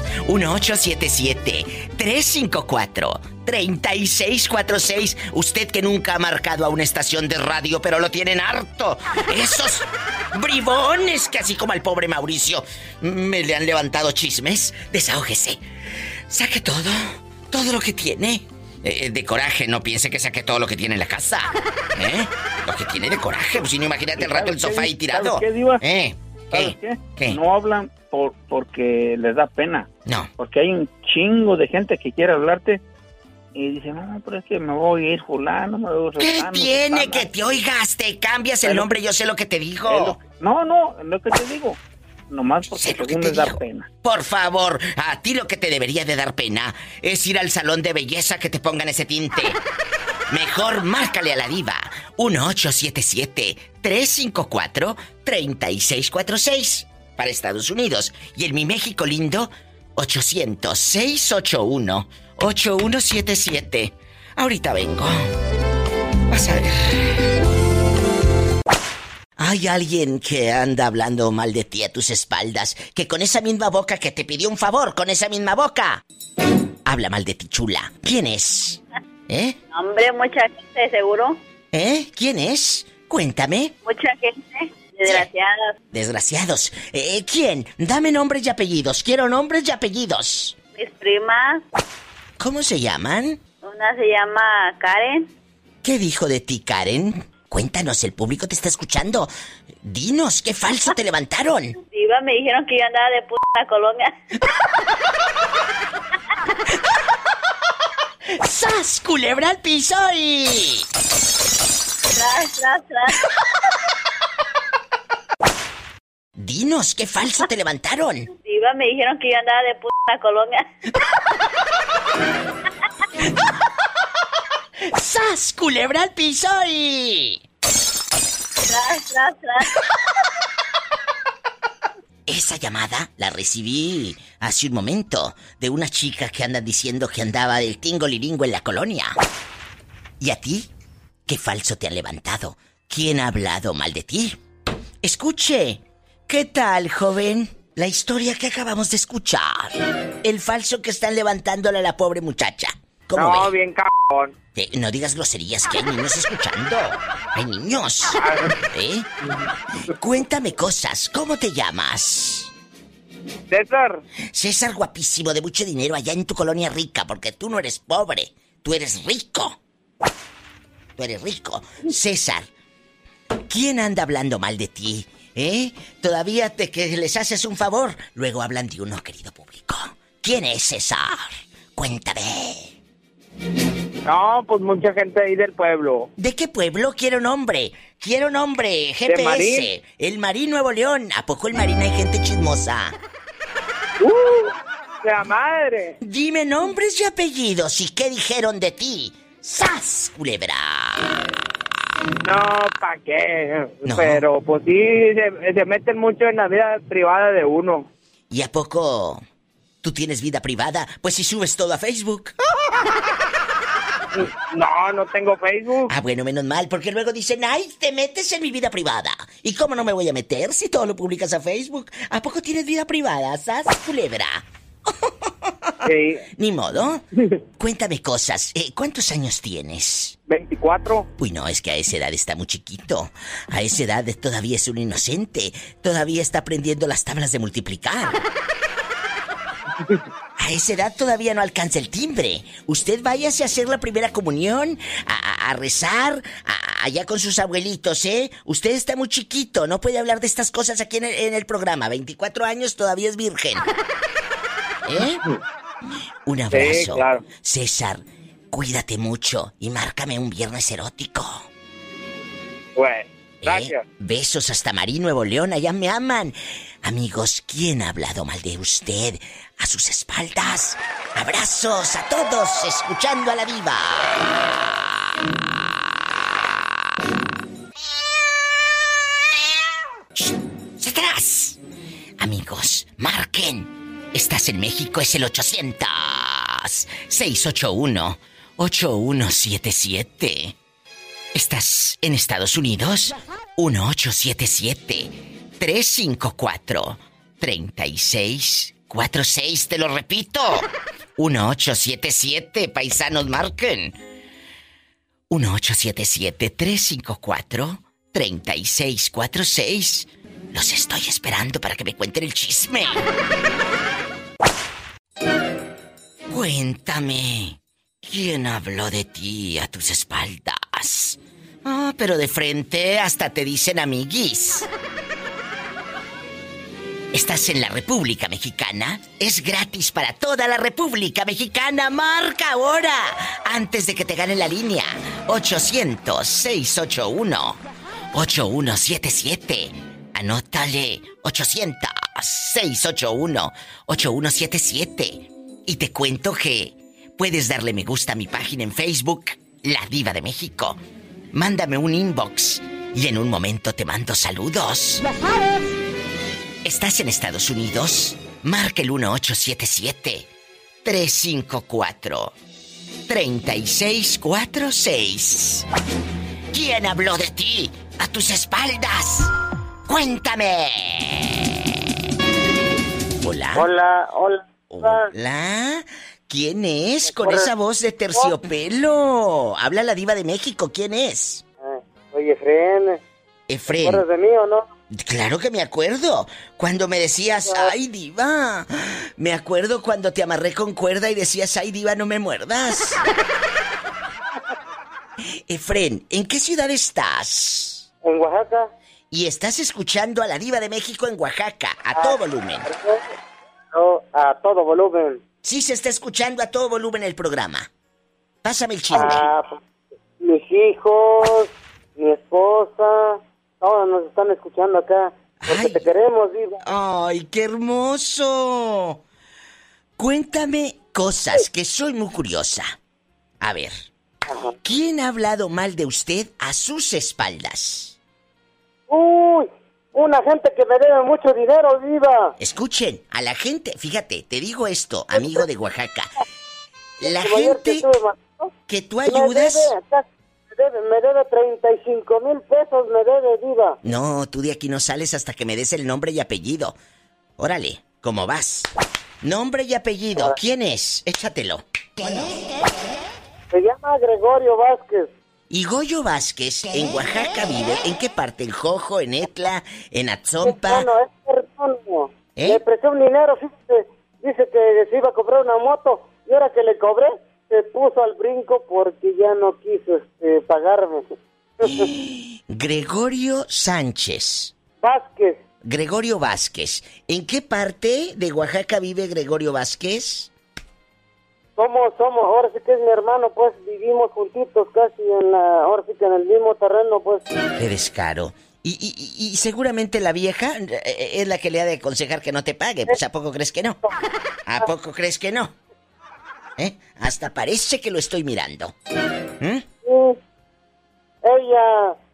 1877-354-3646. Usted que nunca ha marcado a una estación de radio, pero lo tienen harto. Esos bribones que así como al pobre Mauricio me le han levantado chismes. Desahógese. Saque todo lo que tiene. De coraje, no piense que saque todo lo que tiene en la casa. Lo que tiene de coraje, pues si no, imagínate el rato el sofá ahí tirado. ¿Sabes qué, Diva? ¿Qué? ¿Qué? No hablan porque les da pena. No. Porque hay un chingo de gente que quiere hablarte y dice, no, pero es que me voy a ir fulano, me voy a ir ¿Qué fulano, tiene fulana. que te oigas? Te cambias el nombre, yo sé lo que te digo. No, es lo que te digo. Nomás porque Sé lo que según te les da digo. pena. Por favor, a ti lo que te debería de dar pena es ir al salón de belleza que te pongan ese tinte. Mejor márcale a la diva. 1877-354-3646 para Estados Unidos. Y en mi México lindo, 800-681-8177. Ahorita vengo. Vas a ver. Hay alguien que anda hablando mal de ti a tus espaldas, que con esa misma boca que te pidió un favor, con esa misma boca, habla mal de ti, chula. ¿Quién es? Hombre, mucha gente, seguro. ¿Quién es? Cuéntame. Mucha gente, desgraciadas. Desgraciados. ¿Quién? Dame nombres y apellidos. Quiero nombres y apellidos. Mis primas. ¿Cómo se llaman? Una se llama Karen. ¿Qué dijo de ti, Karen? Cuéntanos, el público te está escuchando. Dinos, ¿qué falso te levantaron? Diva, me dijeron que yo andaba de puta en la colonia. ¡Sas, culebra al piso y... Tras. Dinos, ¿qué falso te levantaron? Diva, me dijeron que yo andaba de puta en la colonia. ¡Sas, culebra al piso y... Tras. Esa llamada la recibí hace un momento de una chica que anda diciendo que andaba del tingoliringo en la colonia. ¿Y a ti? ¿Qué falso te ha levantado? ¿Quién ha hablado mal de ti? Escuche. ¿Qué tal, joven? La historia que acabamos de escuchar. El falso que están levantándole a la pobre muchacha. ¿Cómo No, ve? bien cabrón. No digas groserías, que hay niños escuchando. Hay niños. Cuéntame cosas. ¿Cómo te llamas? César. César guapísimo, de mucho dinero allá en tu colonia rica, porque tú no eres pobre. Tú eres rico. Tú eres rico. César, ¿quién anda hablando mal de ti? Todavía que les haces un favor, luego hablan de uno, querido público. ¿Quién es César? Cuéntame. No, pues mucha gente ahí del pueblo. ¿De qué pueblo? Quiero nombre. GPS. ¿De Marín? El Marín, Nuevo León. ¿A poco el Marín hay gente chismosa? ¡La madre! Dime nombres y apellidos y qué dijeron de ti. ¡Sas, culebra! No, ¿para qué? No. Pero pues sí, se meten mucho en la vida privada de uno. ¿Y a poco tú tienes vida privada? Pues si subes todo a Facebook. No, no tengo Facebook. Ah, bueno, menos mal, porque luego dicen, ay, te metes en mi vida privada. ¿Y cómo no me voy a meter si todo lo publicas a Facebook? ¿A poco tienes vida privada, sas, culebra? Sí. Ni modo. Cuéntame cosas. ¿Cuántos años tienes? 24. Uy, no, es que a esa edad está muy chiquito. A esa edad todavía es un inocente. Todavía está aprendiendo las tablas de multiplicar. A esa edad todavía no alcanza el timbre. Usted váyase a hacer la primera comunión, a rezar, allá con sus abuelitos, ¿eh? Usted está muy chiquito, no puede hablar de estas cosas aquí en el programa. 24 años, todavía es virgen. ¿Eh? Un abrazo. Sí, claro. César, cuídate mucho y márcame un viernes erótico. Bueno, gracias. Besos hasta Marín, Nuevo León, allá me aman. Amigos, ¿quién ha hablado mal de usted a sus espaldas? Abrazos a todos, escuchando a la diva. ¡Atrás! Amigos, marquen. Estás en México, es el 800-681-8177. ¿Estás en Estados Unidos? 1877-354-3646. Te lo repito. 1877, paisanos, marquen. 1877-354-3646. Los estoy esperando para que me cuenten el chisme. Cuéntame, ¿quién habló de ti a tus espaldas? Ah, pero de frente hasta te dicen amiguis. ¿Estás en la República Mexicana? Es gratis para toda la República Mexicana. ¡Marca ahora! Antes de que te gane la línea. 800-681-8177. Anótale. 800-681-8177. Y te cuento que puedes darle me gusta a mi página en Facebook, La Diva de México. Mándame un inbox y en un momento te mando saludos. ¿Estás en Estados Unidos? Marca el 1877-354-3646. ¿Quién habló de ti a tus espaldas? ¡Cuéntame! Hola. Hola, hola. Hola. ¿Quién es con esa voz de terciopelo? Habla la Diva de México. ¿Quién es? Soy Efren. Efren. ¿Te acuerdas de mí o no? Claro que me acuerdo. Cuando me decías, ay, Diva. Me acuerdo cuando te amarré con cuerda y decías, ay, Diva, no me muerdas. Efren, ¿en qué ciudad estás? En Oaxaca. Y estás escuchando a la Diva de México en Oaxaca, a todo volumen. No, a todo volumen. Sí, se está escuchando a todo volumen el programa. Pásame el chisme. Pues, mis hijos, mi esposa, todos nos están escuchando acá. Porque te queremos, Diva. ¡Ay, qué hermoso! Cuéntame cosas, que soy muy curiosa. A ver, ¿quién ha hablado mal de usted a sus espaldas? Uy, una gente que me debe mucho dinero, Diva. Escuchen, a la gente, fíjate, te digo esto, amigo de Oaxaca. La gente que tú ayudas... Me debe 35,000 pesos, me debe, Diva. No, tú de aquí no sales hasta que me des el nombre y apellido. Órale, ¿cómo vas? Nombre y apellido, ¿quién es? Échatelo. Se llama Gregorio Vázquez. Y Goyo Vázquez, en Oaxaca vive. ¿En qué parte? ¿En Jojo, en Etla, en Atzompa? No, es hermano. Le presté un dinero, fíjate. Dice que se iba a comprar una moto. Y ahora que le cobré, se puso al brinco porque ya no quiso pagarme. Gregorio Sánchez. Vázquez. Gregorio Vázquez. ¿En qué parte de Oaxaca vive Gregorio Vázquez? Somos, ahora sí que es mi hermano, pues vivimos juntitos casi ahora sí que en el mismo terreno, pues. Qué descaro. Y seguramente la vieja es la que le ha de aconsejar que no te pague. Pues ¿a poco crees que no? ¿A poco crees que no? Hasta parece que lo estoy mirando. Ella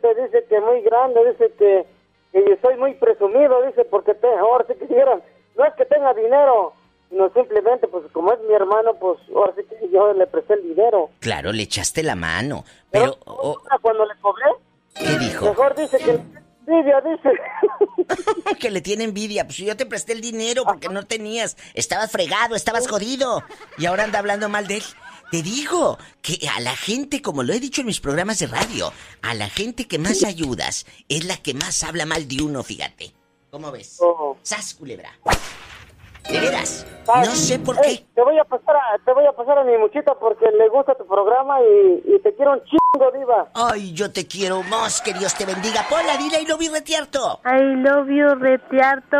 dice que muy grande, dice que yo soy muy presumido, dice, porque ahora sí que dijeron, no es que tenga dinero, sino simplemente, pues como es mi hermano, pues ahora sí que yo le presté el dinero. Claro, le echaste la mano, pero... Cuando le cobré, ¿qué dijo? mejor dice que envidia, dice. Que le tiene envidia. Pues yo te presté el dinero porque no tenías. Estabas fregado, estabas jodido. Y ahora anda hablando mal de él. Te digo que a la gente, como lo he dicho en mis programas de radio, a la gente que más ayudas es la que más habla mal de uno, fíjate. ¿Cómo ves? ¡Sas, culebra! De veras, no sé por qué. Te voy a pasar a mi muchita porque le gusta tu programa y te quiero un chingo, diva. Ay, yo te quiero más, que Dios te bendiga. Pola, dile I love you, Retiarto. I love you, Retiarto.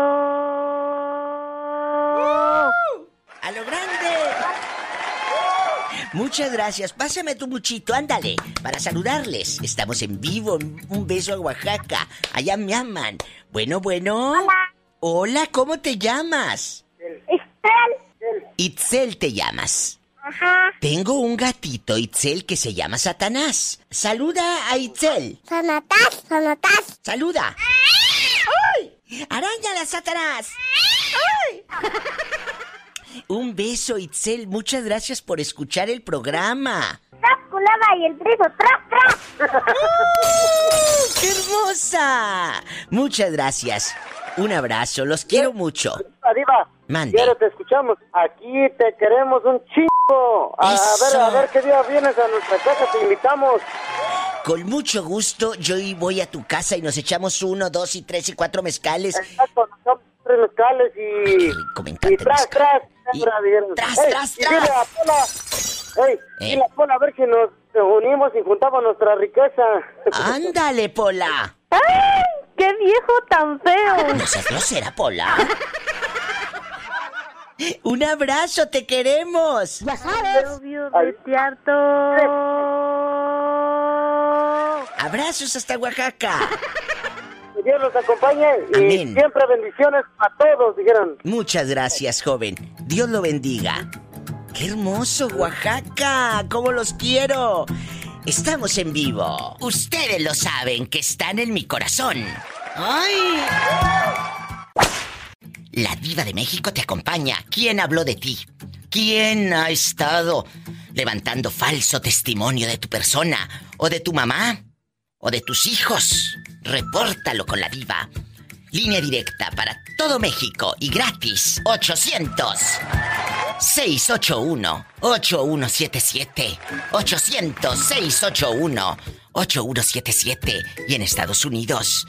¡A lo grande! Muchas gracias. Pásame tu muchito, ándale, para saludarles. Estamos en vivo. Un beso a Oaxaca. Allá me aman. Bueno. Hola. Hola, ¿cómo te llamas? Itzel. Itzel te llamas. Ajá. Tengo un gatito, Itzel, que se llama Satanás. Saluda a Itzel. Satanás. Saluda. ¡Ay! ¡Arañala, Satanás! ¡Ay! Un beso, Itzel. Muchas gracias por escuchar el programa. Tras, culebra y el trigo, tras. ¡Qué hermosa! Muchas gracias. Un abrazo, los quiero mucho. Diva, mande. Quiero, te escuchamos. Aquí te queremos un chingo. A ver qué día vienes a nuestra casa, te invitamos. Con mucho gusto, yo voy a tu casa y nos echamos 1, 2 y 3 y 4 mezcales. Exacto, nos echamos 3 mezcales y tras. Y dile a Pola, dile a Pola a ver si nos unimos y juntamos nuestra riqueza. Ándale, Pola. ¡Ay! ¡Qué viejo tan feo! No seas grosera, Pola. Un abrazo, te queremos. Ya sabes. Retiarto. Abrazos hasta Oaxaca. Que Dios los acompañe y amén. Siempre bendiciones a todos, dijeron. Muchas gracias, joven. Dios lo bendiga. ¡Qué hermoso, Oaxaca! ¡Cómo los quiero! Estamos en vivo. Ustedes lo saben que están en mi corazón. ¡Ay! La Diva de México te acompaña. ¿Quién habló de ti? ¿Quién ha estado levantando falso testimonio de tu persona? ¿O de tu mamá? ¿O de tus hijos? Repórtalo con la Diva. Línea directa para todo México y gratis. 800-681-8177. 800-681-8177. Y en Estados Unidos,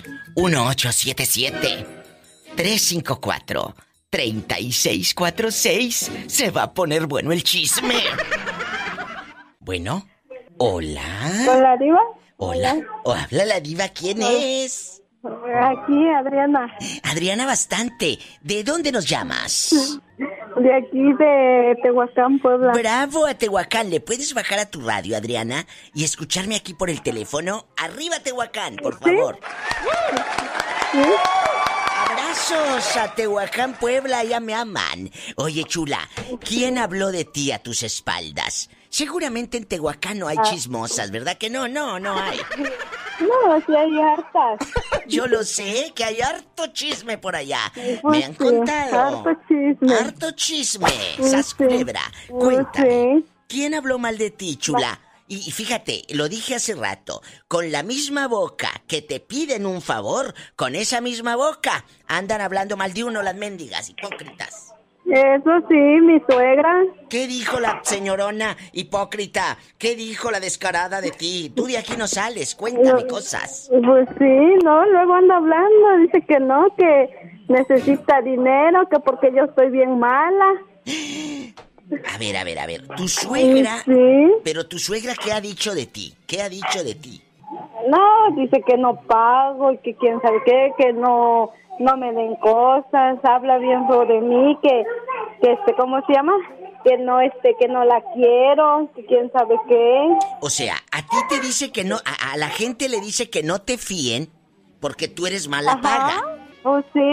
1877-354-3646. Se va a poner bueno el chisme. Bueno, hola. ¿Hola, Diva? Hola. Habla la Diva, ¿quién es? Aquí, Adriana. Adriana Bastante. ¿De dónde nos llamas? De aquí, de Tehuacán, Puebla. Bravo a Tehuacán. ¿Le puedes bajar a tu radio, Adriana? Y escucharme aquí por el teléfono. ¡Arriba, Tehuacán, por favor! ¿Sí? Abrazos a Tehuacán, Puebla. Ya me aman. Oye, chula, ¿quién habló de ti a tus espaldas? Seguramente en Tehuacán no hay chismosas, ¿verdad que no? No hay. No, sí hay hartas. Yo lo sé, que hay harto chisme por allá. Pues Me han contado. Harto chisme. Harto chisme. Sas culebra. Cuéntame. ¿Quién habló mal de ti, chula? Y fíjate, lo dije hace rato. Con la misma boca que te piden un favor, con esa misma boca andan hablando mal de uno las mendigas hipócritas. Eso sí, mi suegra. ¿Qué dijo la señorona hipócrita? ¿Qué dijo la descarada de ti? Tú de aquí no sales, cuéntame cosas. Pues sí, no, luego anda hablando, dice que no, que necesita dinero, que porque yo estoy bien mala. A ver, tu suegra... Sí. Pero tu suegra, ¿qué ha dicho de ti? ¿Qué ha dicho de ti? No, dice que no pago y que quién sabe qué, que no me den cosas, habla bien sobre mí, que ¿cómo se llama? Que no la quiero, que quién sabe qué. O sea, a ti te dice que no, a la gente le dice que no te fíen porque tú eres mala paga. Oh, sí, dice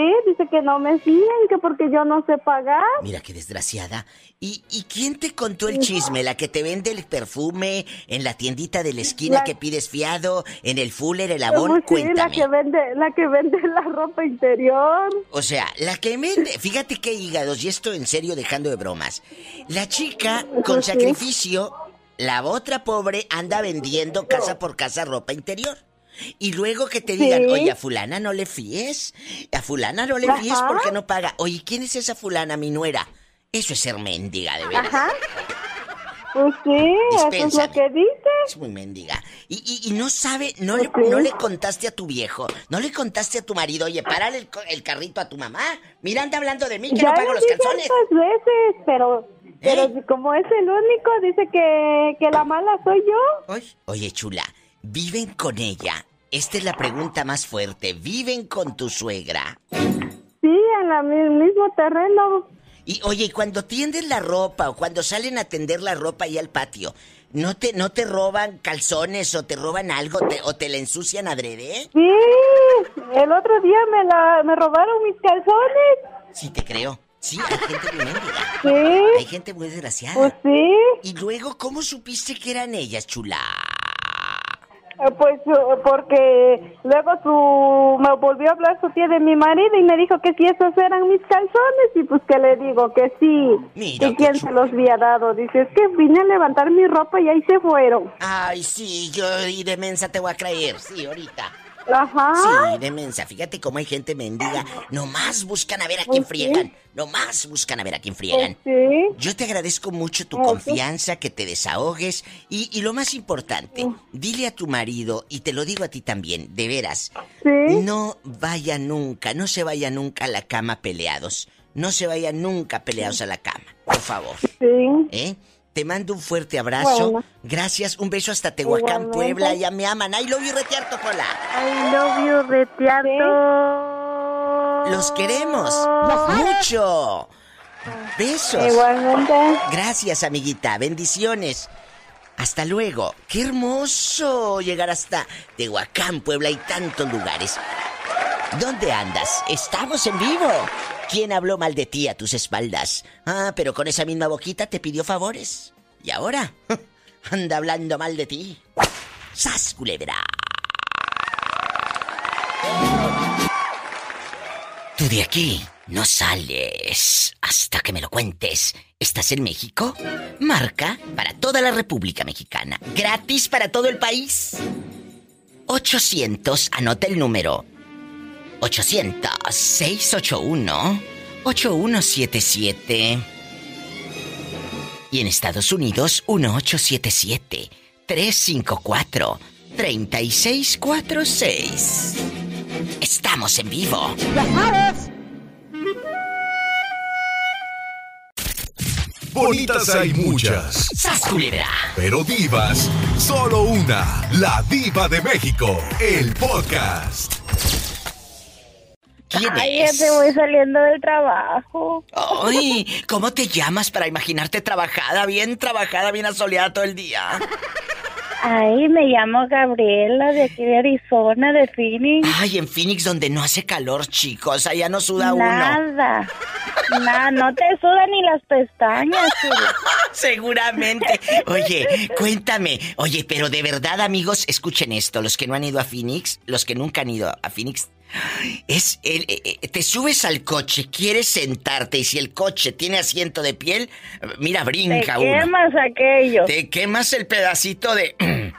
que no me siguen, que porque yo no sé pagar. Mira qué desgraciada. ¿Y quién te contó el chisme? ¿La que te vende el perfume en la tiendita de la esquina que pides fiado, en el Fuller, el Avon? Sí, Cuéntame. la que vende la ropa interior. O sea, la que vende... Fíjate qué hígados, y esto en serio dejando de bromas. La chica, con sacrificio, la otra pobre anda vendiendo casa por casa ropa interior. Y luego que te digan, oye, a fulana no le fíes, a fulana no le fíes porque no paga. Oye, ¿quién es esa fulana, mi nuera? Eso es ser mendiga, de veras. Ajá. Pues sí, eso es lo que dice. Es muy mendiga. Y no sabe, no le contaste a tu viejo, no le contaste a tu marido, oye, párale el carrito a tu mamá. Mira, anda hablando de mí que no pago los calzones. Ya lo dije veces, pero como es el único, dice que la mala soy yo. Oye, chula, ¿viven con ella? Esta es la pregunta más fuerte. ¿Viven con tu suegra? Sí, en el mismo terreno. Y oye, cuando tienden la ropa o cuando salen a tender la ropa ahí al patio, ¿no te roban calzones o te roban algo o te la ensucian adrede? Sí, el otro día me robaron mis calzones. Sí, te creo. Sí, hay gente muy mendiga. Sí. Hay gente muy desgraciada. Pues sí. Y luego, ¿cómo supiste que eran ellas, chula? Pues porque luego me volvió a hablar su tía de mi marido y me dijo que si esos eran mis calzones y pues que le digo que sí. Mira, ¿y quién se los había dado? Dice, es que vine a levantar mi ropa y ahí se fueron. Ay, sí, yo y de mensa te voy a creer, sí, ahorita. Ajá. Sí, de mensa. Fíjate cómo hay gente mendiga. Nomás buscan a ver a quién friegan. Nomás buscan a ver a quién friegan. Sí. Yo te agradezco mucho tu confianza, que te desahogues. Y lo más importante, dile a tu marido, y te lo digo a ti también, de veras. No se vaya nunca a la cama peleados. No se vayan nunca peleados a la cama, por favor. Sí. Te mando un fuerte abrazo. Bueno. Gracias. Un beso hasta Tehuacán, Igualmente. Puebla. Ya me aman. I love you, Retiarto, Pola. I love you, Retiarto. Los queremos mucho. Besos. Igualmente. Gracias, amiguita. Bendiciones. Hasta luego. Qué hermoso llegar hasta Tehuacán, Puebla y tantos lugares. ¿Dónde andas? Estamos en vivo. ¿Quién habló mal de ti a tus espaldas? Ah, pero con esa misma boquita te pidió favores. ¿Y ahora? Anda hablando mal de ti. ¡Sas, culebra! Tú de aquí no sales hasta que me lo cuentes. ¿Estás en México? Marca para toda la República Mexicana. Gratis para todo el país. 800, anota el número. 800-681-8177. Y en Estados Unidos, 1877-354-3646. Estamos en vivo. Bonitas hay muchas. ¡Sas, culebra! Pero divas, solo una. La Diva de México. El podcast. ¿Quién Ay, es? ya te voy saliendo del trabajo. Ay, ¿cómo te llamas para imaginarte trabajada, bien asoleada todo el día? Ay, me llamo Gabriela, de aquí de Arizona, de Phoenix. Ay, en Phoenix donde no hace calor, chicos, allá no suda uno. Nada, no te sudan ni las pestañas, chula. Seguramente. Oye, cuéntame. Oye, pero de verdad, amigos, escuchen esto. Los que no han ido a Phoenix, los que nunca han ido a Phoenix, te subes al coche, quieres sentarte y si el coche tiene asiento de piel, mira, brinca uno. Te quemas aquello. Te quemas el pedacito de...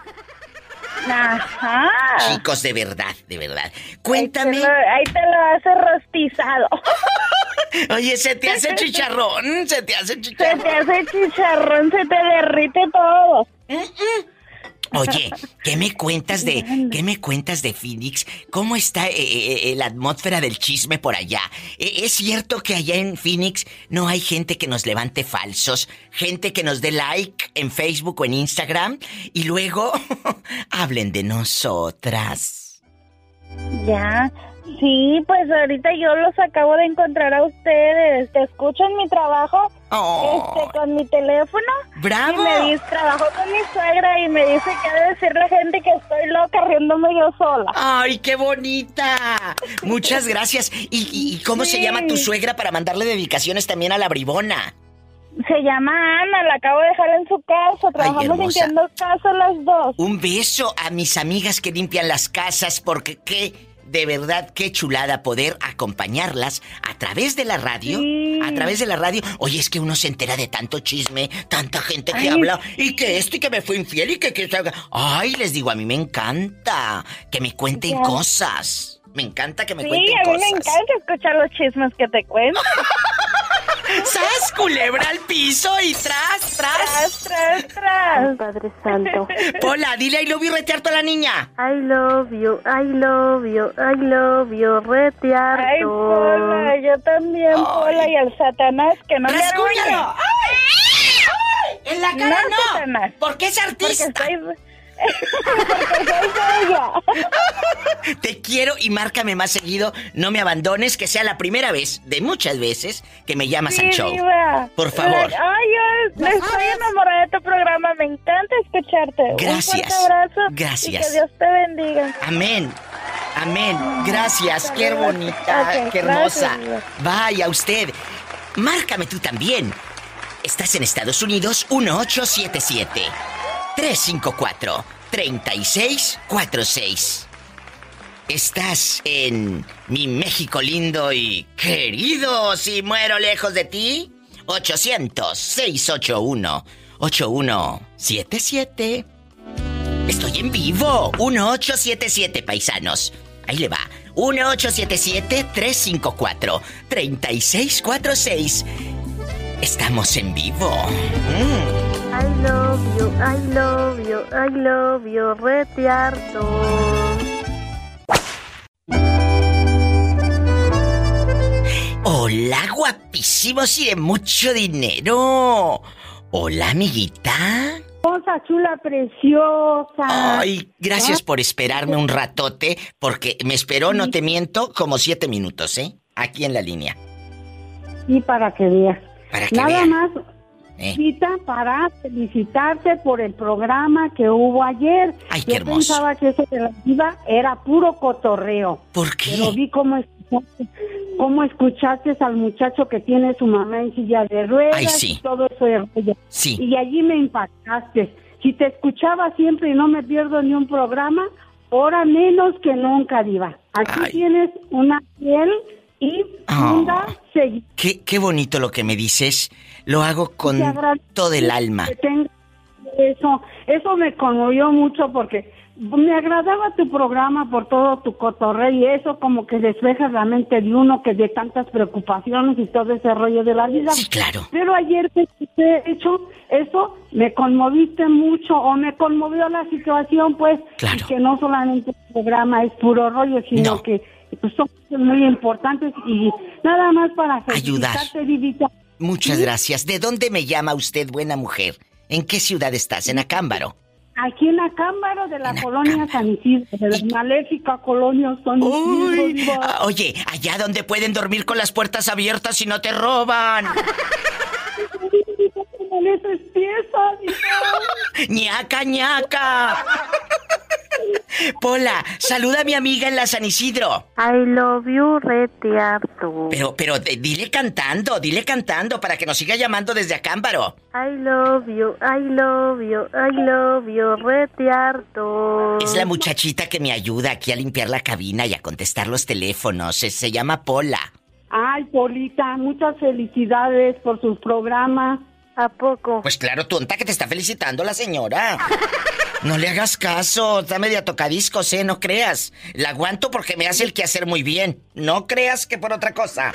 Ajá. Chicos, de verdad. Cuéntame. Ahí te lo hace rostizado. Oye, se te hace chicharrón. Se te hace chicharrón, se te derrite todo. Oye, ¿qué me cuentas de Phoenix? ¿Cómo está la atmósfera del chisme por allá? ¿Es cierto que allá en Phoenix no hay gente que nos levante falsos? Gente que nos dé like en Facebook o en Instagram y luego hablen de nosotras. Ya, Sí, pues ahorita yo los acabo de encontrar a ustedes. Te escucho en mi trabajo, con mi teléfono. ¡Bravo! Y trabajo con mi suegra y me dice que ha de decir la gente que estoy loca riéndome yo sola. ¡Ay, qué bonita! Muchas gracias. ¿Y cómo se llama tu suegra para mandarle dedicaciones también a la bribona? Se llama Ana, la acabo de dejar en su casa. Trabajamos limpiando casas las dos. Un beso a mis amigas que limpian las casas, porque de verdad, qué chulada poder acompañarlas a través de la radio. Sí. A través de la radio. Oye, es que uno se entera de tanto chisme, tanta gente que habla, y que esto y que me fue infiel y que salga. Ay, les digo, a mí me encanta que me cuenten cosas. Me encanta que me cuenten cosas. Sí, a mí me encanta escuchar los chismes que te cuento. ¡Sas, culebra al piso y tras! Ay, Padre Santo. Pola, dile I love you, retearto a la niña. I love you, retearto. Ay, Pola, yo también, Pola, y al Satanás, que no me ¡Rasguñalo! ¡Ay! ¡En la cara no! Satanás. ¿Por qué es artista? Porque soy bella. Te quiero y márcame más seguido. No me abandones, que sea la primera vez de muchas veces que me llamas al show. Diva. Por favor. Ay, yo estoy enamorada de tu programa. Me encanta escucharte. Gracias. Un fuerte abrazo. Gracias. Y que Dios te bendiga. Amén. Amén. Gracias. Qué bonita, qué hermosa. Vaya usted. Márcame tú también. ¿Estás en Estados Unidos? 1877-354-3646. ¿Estás en mi México lindo y querido si muero lejos de ti? 800-681-8177. Estoy en vivo. 1877, paisanos. Ahí le va. 1877-354-3646. Estamos en vivo. I love you, retearto. Hola, guapísimos y de mucho dinero. Hola, amiguita. Cosa chula, preciosa. Ay, gracias por esperarme un ratote, porque me esperó, no te miento, como 7 minutos, aquí en la línea. Y para que veas. Para que Nada vean. más, cita para felicitarte por el programa que hubo ayer. Ay, qué hermoso. Yo pensaba que eso de la diva era puro cotorreo. ¿Por qué? Pero vi cómo escuchaste al muchacho que tiene su mamá en silla de ruedas. Ay, sí. Y todo eso de rollo. Sí. Y allí me impactaste. Si te escuchaba siempre y no me pierdo ni un programa, ahora menos que nunca, diva. Aquí tienes una piel y funda seguida. Qué bonito lo que me dices. Lo hago con todo el alma. Eso me conmovió mucho porque me agradaba tu programa por todo tu cotorreo y eso como que despeja la mente de uno que de tantas preocupaciones y todo ese rollo de la vida. Sí, claro. Pero ayer que te he hecho eso, me conmoviste mucho o me conmovió la situación, pues. Claro. Y que no solamente el programa es puro rollo, sino que pues, son cosas muy importantes y nada más para felicitarte, Divita. Muchas gracias. ¿De dónde me llama usted, buena mujer? ¿En qué ciudad estás? ¿En Acámbaro? Aquí en Acámbaro de la colonia San Isidro, de la maléfica colonia San Isidro. Oye, allá donde pueden dormir con las puertas abiertas y no te roban. ¡Ñaca, ñaca! Pola, saluda a mi amiga en la San Isidro. I love you, retearto. Pero dile cantando para que nos siga llamando desde Acámbaro. I love you, retearto. Es la muchachita que me ayuda aquí a limpiar la cabina y a contestar los teléfonos. Se llama Pola. Ay, Polita, muchas felicidades por sus programas. ¿A poco? Pues claro, tonta, que te está felicitando la señora. No le hagas caso, está media tocadiscos, no creas. La aguanto porque me hace el quehacer muy bien. No creas que por otra cosa.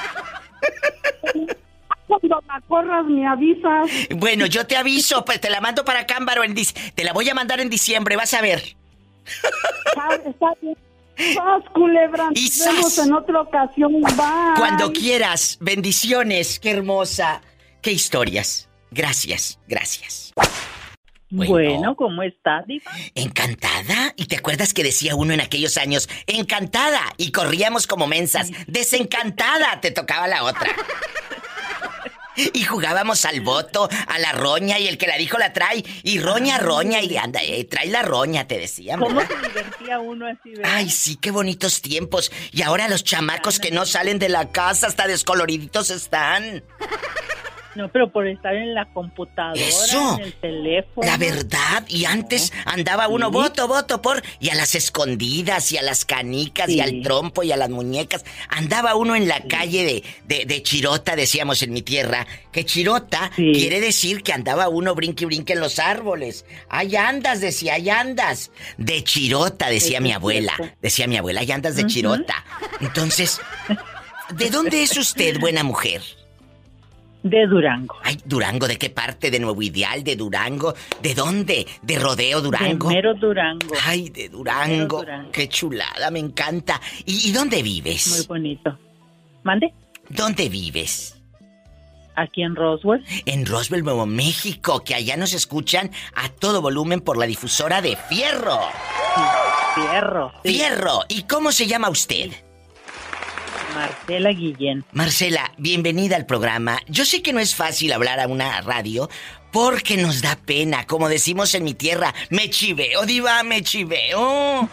Cuando la corras me avisas. Bueno, yo te aviso, pues te la mando para Acámbaro te la voy a mandar en diciembre, vas a ver. Está bien. ¡Sas, culebra! Nos vemos en otra ocasión. Bye. Cuando quieras. Bendiciones. Qué hermosa. Qué historias. Gracias, gracias. Bueno, ¿cómo estás, Diva? ¿Encantada? ¿Y te acuerdas que decía uno en aquellos años, encantada? Y corríamos como mensas. Desencantada, te tocaba la otra. Y jugábamos al voto, a la roña, y el que la dijo la trae. Y roña, y anda, trae la roña, te decíamos. ¿Cómo se divertía uno así, verdad? Ay, sí, qué bonitos tiempos. Y ahora los chamacos que no salen de la casa hasta descoloriditos están. No, pero por estar en la computadora, eso, en el teléfono. La verdad, y antes andaba uno voto por, y a las escondidas, y a las canicas, y al trompo, y a las muñecas. Andaba uno en la calle de chirota, decíamos en mi tierra, que chirota quiere decir que andaba uno brinque y brinque en los árboles. Ahí andas, decía, ahí andas. De chirota, decía mi abuela. Decía mi abuela, ahí andas de chirota. Entonces, ¿de dónde es usted, buena mujer? De Durango. Ay, Durango, ¿de qué parte? ¿De Nuevo Ideal? ¿De Durango? ¿De dónde? ¿De Rodeo Durango? De mero Durango. Ay, de Durango. Qué chulada, me encanta. ¿Y dónde vives? Muy bonito. ¿Mande? ¿Dónde vives? Aquí en Roswell. En Roswell, Nuevo México, que allá nos escuchan a todo volumen por la difusora de Fierro. Fierro. Sí. Fierro. ¿Y cómo se llama usted? Marcela Guillén. Marcela, bienvenida al programa. Yo sé que no es fácil hablar a una radio porque nos da pena, como decimos en mi tierra, me chiveo, diva, me chiveo.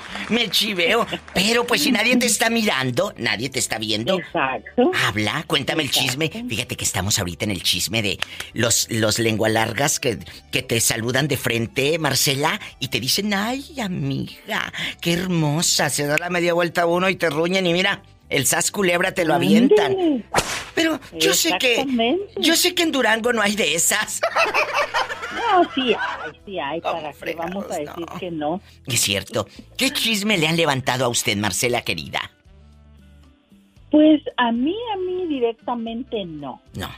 Pero pues si nadie te está mirando, nadie te está viendo. Exacto. Habla, cuéntame el chisme. Fíjate que estamos ahorita en el chisme de los lengua largas que te saludan de frente, Marcela, y te dicen, ay, amiga, qué hermosa. Se da la media vuelta a uno y te ruñen y mira... El sas culebra te lo avientan. Pero yo sé que en Durango no hay de esas. No, sí hay. ¿Para qué vamos a decir que no? Es cierto. ¿Qué chisme le han levantado a usted, Marcela, querida? Pues a mí directamente no.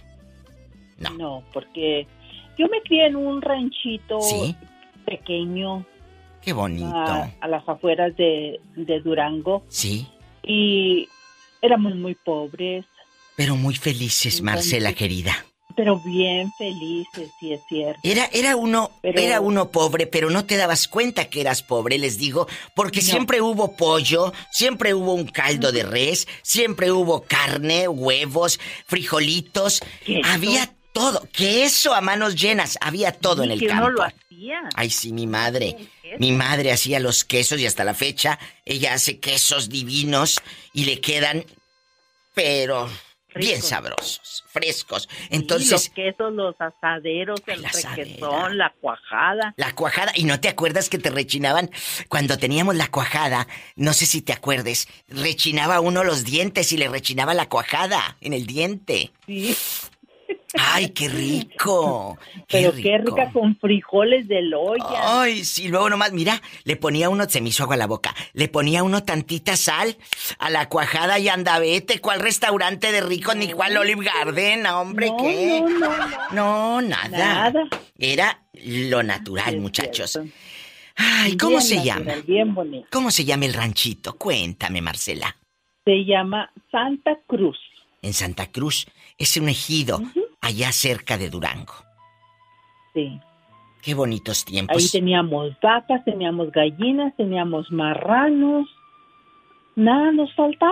No, porque yo me crié en un ranchito pequeño. Qué bonito. A las afueras de Durango. Sí. Y éramos muy pobres. Pero muy felices, Marcela, querida. Pero bien felices, sí es cierto. Era uno pobre, pero no te dabas cuenta que eras pobre, les digo, porque siempre hubo pollo, siempre hubo un caldo de res, siempre hubo carne, huevos, frijolitos, había todo, queso a manos llenas, había todo en el campo. ¿Quién no lo hacía? Ay, sí, mi madre. Mi madre hacía los quesos y hasta la fecha ella hace quesos divinos y le quedan, pero bien sabrosos, frescos. Entonces, los quesos, los asaderos, el requesón, la cuajada. La cuajada, ¿y no te acuerdas que te rechinaban cuando teníamos la cuajada? No sé si te acuerdes, rechinaba uno los dientes y le rechinaba la cuajada en el diente. Sí. ¡Ay, qué rico! Pero qué rica con frijoles de olla. Ay, sí, luego nomás, mira, le ponía uno, se me hizo agua a la boca, le ponía uno tantita sal a la cuajada y anda, vete, ¿cuál restaurante de rico ni cuál Olive Garden? Hombre, ¿qué? No, nada. Era lo natural, muchachos. Cierto. Ay, ¿cómo se llama? Bien bonito. ¿Cómo se llama el ranchito? Cuéntame, Marcela. Se llama Santa Cruz. En Santa Cruz, es un ejido, allá cerca de Durango. Sí. Qué bonitos tiempos. Ahí teníamos vacas, teníamos gallinas, teníamos marranos. Nada nos faltaba.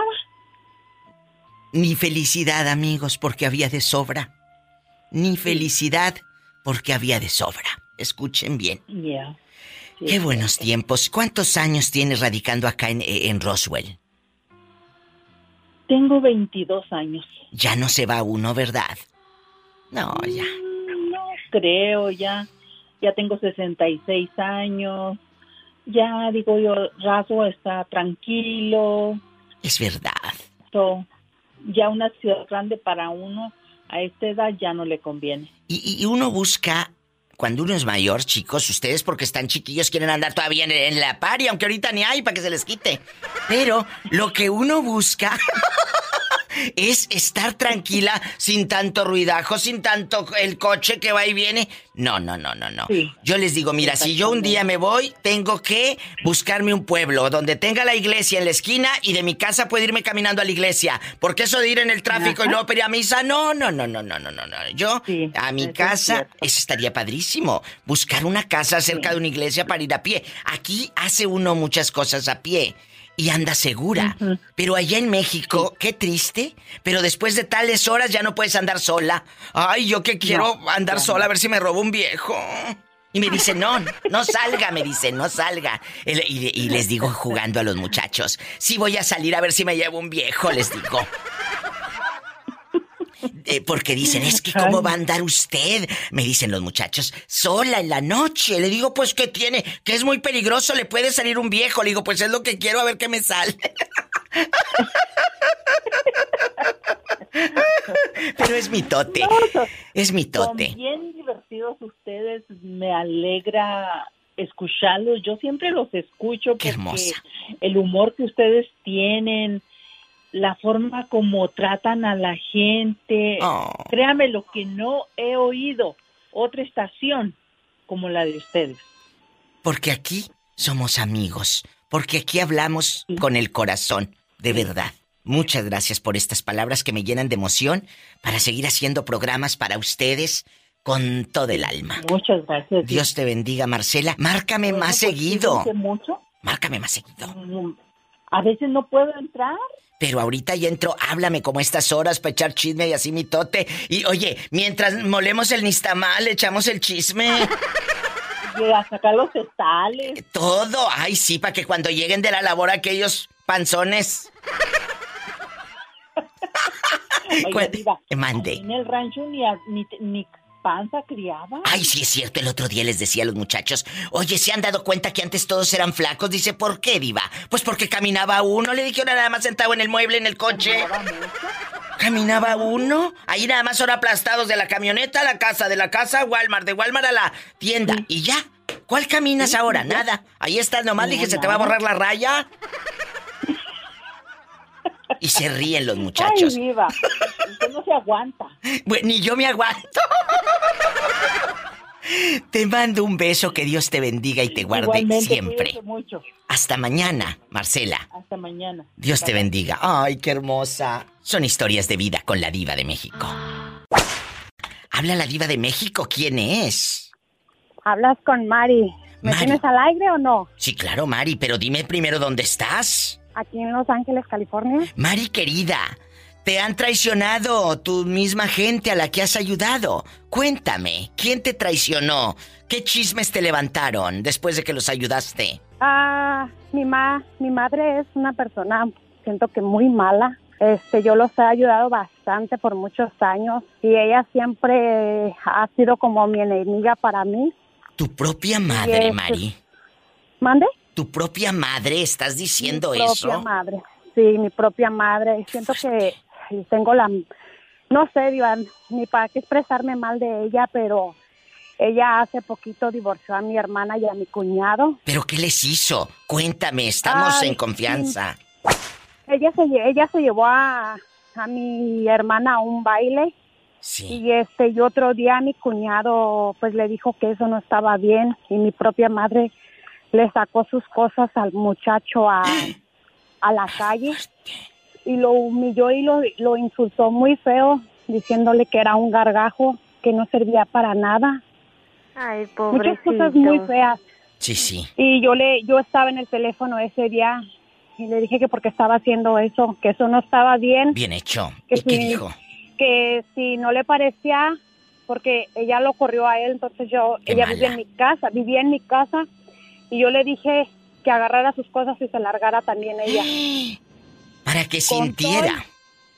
Ni felicidad, amigos, porque había de sobra. Ni felicidad, porque había de sobra. Escuchen bien. Yeah. Sí, qué buenos tiempos. ¿Cuántos años tienes radicando acá en Roswell? Tengo 22 años. Ya no se va uno, ¿verdad? No, ya. No creo, ya tengo 66 años. Ya, digo yo, Roswell está tranquilo. Es verdad. Ya una ciudad grande para uno a esta edad ya no le conviene. Y uno busca, cuando uno es mayor, chicos, ustedes porque están chiquillos quieren andar todavía en la party, aunque ahorita ni hay para que se les quite. Pero lo que uno busca Es estar tranquila, sin tanto ruidajo, sin tanto el coche que va y viene. No. Sí. Yo les digo, mira, si yo un día me voy, tengo que buscarme un pueblo donde tenga la iglesia en la esquina y de mi casa puedo irme caminando a la iglesia. Porque eso de ir en el tráfico y luego pedir a misa, no. Yo, a mi casa, eso estaría padrísimo. Buscar una casa cerca de una iglesia para ir a pie. Aquí hace uno muchas cosas a pie. Y anda segura. Pero allá en México, qué triste. Pero después de tales horas ya no puedes andar sola. Ay, yo que quiero andar sola a ver si me robo un viejo. Y me dice, no salga, me dice, no salga. Y les digo jugando a los muchachos, sí voy a salir a ver si me llevo un viejo, les digo. Porque dicen, es que ¿cómo va a andar usted? Me dicen los muchachos, sola en la noche. Le digo, pues, ¿qué tiene? Que es muy peligroso, le puede salir un viejo. Le digo, pues es lo que quiero, a ver qué me sale. Pero es mitote. Es mitote. Son bien divertidos ustedes, me alegra escucharlos. Yo siempre los escucho porque hermosa. El humor que ustedes tienen, la forma como tratan a la gente. Créame, lo que no he oído otra estación como la de ustedes. Porque aquí somos amigos, porque aquí hablamos con el corazón, de verdad. Muchas gracias por estas palabras que me llenan de emoción para seguir haciendo programas para ustedes con todo el alma. Muchas gracias. Dios te bendiga, Marcela. Márcame más seguido. Márcame más seguido. A veces no puedo entrar. Pero ahorita ya entro, háblame como estas horas para echar chisme y así mitote. Y oye, mientras molemos el nistamal, echamos el chisme. Y a sacar los estales. Todo. Ay, sí, para que cuando lleguen de la labor aquellos panzones. Oye, diva, mande. En el rancho ni panza criaba. Ay, sí es cierto, el otro día les decía a los muchachos, oye, ¿se han dado cuenta que antes todos eran flacos? Dice, ¿por qué, diva? Pues porque caminaba uno, le dije, ahora nada más sentado en el mueble, en el coche. ¿Caminaba uno? Ahí nada más ahora aplastados de la camioneta a la casa, de la casa a Walmart, de Walmart a la tienda. Y ya, ¿cuál caminas ahora? Nada. Ahí estás nomás, dije, ¿se te va a borrar la raya? Y se ríen los muchachos. Ay, diva, usted no se aguanta. Bueno, ni yo me aguanto. Te mando un beso, que Dios te bendiga y te guarde. Igualmente, siempre. Mucho. Hasta mañana, Marcela. Hasta mañana. Dios te bendiga. Ay, qué hermosa. Son historias de vida con la Diva de México. Habla la Diva de México, ¿quién es? Hablas con Mari. ¿Me tienes al aire o no? Sí, claro, Mari, pero dime primero dónde estás. Aquí en Los Ángeles, California. Mari, querida, te han traicionado tu misma gente a la que has ayudado. Cuéntame, ¿quién te traicionó? ¿Qué chismes te levantaron después de que los ayudaste? Mi madre es una persona, siento que muy mala. Yo los he ayudado bastante por muchos años y ella siempre ha sido como mi enemiga para mí. ¿Tu propia madre, Mari? ¿Mande? ¿Tu propia madre? ¿Estás diciendo eso? Mi propia madre, sí, mi propia madre. Siento que tengo no sé, Diva, ni para qué expresarme mal de ella, pero ella hace poquito divorció a mi hermana y a mi cuñado. ¿Pero qué les hizo? Cuéntame, estamos en confianza. Sí. Ella se llevó a mi hermana a un baile. Sí. Y otro día mi cuñado pues le dijo que eso no estaba bien y mi propia madre le sacó sus cosas al muchacho a la calle y lo humilló y lo insultó muy feo, diciéndole que era un gargajo, que no servía para nada. Ay, pobrecito. Muchas cosas muy feas. Sí, sí. Y yo estaba en el teléfono ese día y le dije que porque estaba haciendo eso, que eso no estaba bien. Bien hecho. Que ¿Y qué dijo? Que si no le parecía, porque ella lo corrió a él, entonces ella vivía en mi casa y yo le dije que agarrara sus cosas y se largara también ella. Para que sintiera.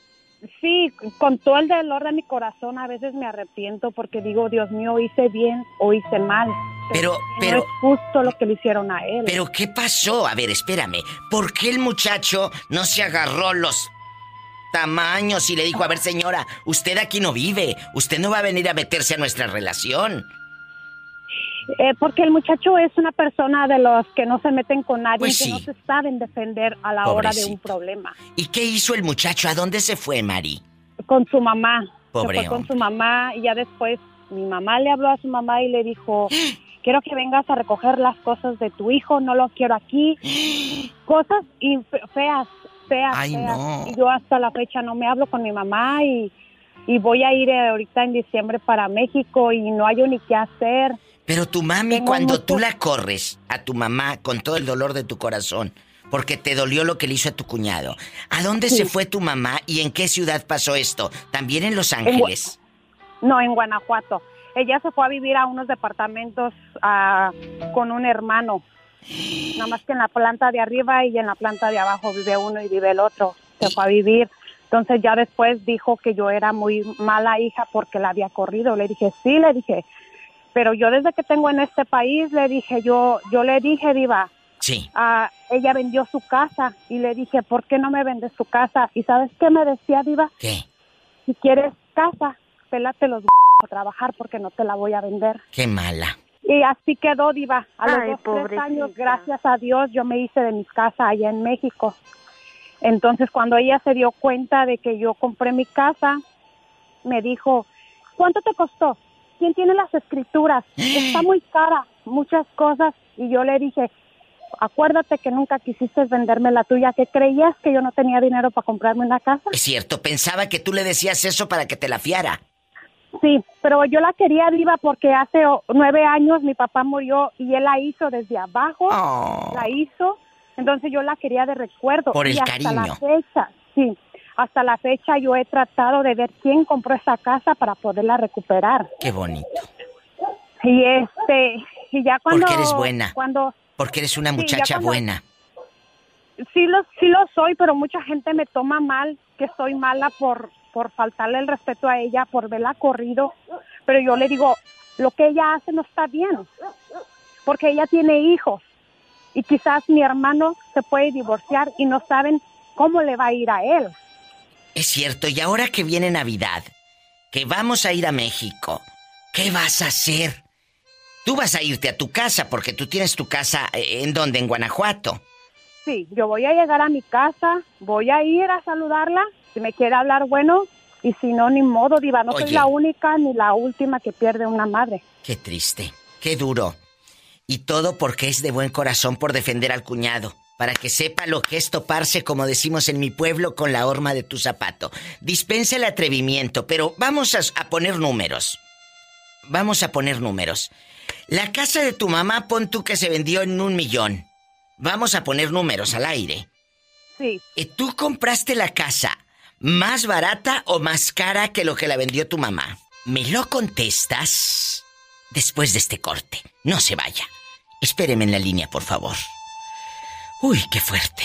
Sí, con todo el dolor de mi corazón a veces me arrepiento porque digo, Dios mío, hice bien o hice mal. Pero no es justo lo que le hicieron a él. Pero ¿qué pasó? A ver, espérame. ¿Por qué el muchacho no se agarró los tamaños y le dijo, a ver, señora, usted aquí no vive, usted no va a venir a meterse a nuestra relación? Porque el muchacho es una persona de los que no se meten con nadie, Pues que sí. no se saben defender a la hora de un problema. ¿Y qué hizo el muchacho? ¿A dónde se fue, Mari? Con su mamá. Pobre Se fue con hombre. su mamá y ya después mi mamá le habló a su mamá y le dijo, quiero que vengas a recoger las cosas de tu hijo, no lo quiero aquí. Cosas feas. Ay, no. Y yo hasta la fecha no me hablo con mi mamá y voy a ir ahorita en diciembre para México y no hay ni qué hacer. Pero tu mami, Tengo cuando mucho- tú la corres a tu mamá con todo el dolor de tu corazón, porque te dolió lo que le hizo a tu cuñado, ¿a dónde se fue tu mamá y en qué ciudad pasó esto? ¿También en Los Ángeles? No, en Guanajuato. Ella se fue a vivir a unos departamentos con un hermano. Nada más que en la planta de arriba y en la planta de abajo vive uno y vive el otro. Se fue a vivir. Entonces ya después dijo que yo era muy mala hija porque la había corrido. Le dije, sí, le dije. Pero yo desde que tengo en este país, le dije, yo le dije, Diva. Sí. Ella vendió su casa y le dije, ¿por qué no me vendes tu casa? ¿Y sabes qué me decía, Diva? ¿Qué? Si quieres casa, pélate los a trabajar porque no te la voy a vender. Qué mala. Y así quedó, Diva. A los Ay, 2, 3 pobrecita. años, gracias a Dios, yo me hice de mi casa allá en México. Entonces, cuando ella se dio cuenta de que yo compré mi casa, me dijo, ¿cuánto te costó? ¿Quién tiene las escrituras? Está muy cara, muchas cosas. Y yo le dije, acuérdate que nunca quisiste venderme la tuya, que creías que yo no tenía dinero para comprarme una casa. Es cierto, pensaba que tú le decías eso para que te la fiara. Sí, pero yo la quería, Diva, porque hace 9 años mi papá murió y él la hizo desde abajo, la hizo, entonces yo la quería de recuerdo. Por el y hasta cariño. la fecha, sí, hasta la fecha yo he tratado de ver quién compró esa casa para poderla recuperar. Qué bonito. Y y ya cuando... Porque eres buena. Cuando, Porque eres una Sí, ya muchacha cuando- buena. sí lo soy, pero mucha gente me toma mal, que soy mala por faltarle el respeto a ella, por verla corrido. Pero yo le digo, lo que ella hace no está bien, porque ella tiene hijos. Y quizás mi hermano se puede divorciar y no saben cómo le va a ir a él. Es cierto, y ahora que viene Navidad, que vamos a ir a México, ¿qué vas a hacer? Tú vas a irte a tu casa, porque tú tienes tu casa, ¿en dónde? ¿En Guanajuato? Sí, yo voy a llegar a mi casa, voy a ir a saludarla, si me quiere hablar, bueno, y si no, ni modo, Diva, no soy Oye. la única ni la última que pierde una madre. Qué triste, qué duro. Y todo porque es de buen corazón por defender al cuñado. Para que sepa lo que es toparse, como decimos en mi pueblo, con la horma de tu zapato. Dispensa el atrevimiento, pero vamos a poner números. Vamos a poner números. La casa de tu mamá, pon tú que se vendió en 1 millón. Vamos a poner números al aire. Sí. ¿Tú compraste la casa más barata o más cara que lo que la vendió tu mamá? Me lo contestas después de este corte. No se vaya. Espéreme en la línea, por favor. Uy, qué fuerte.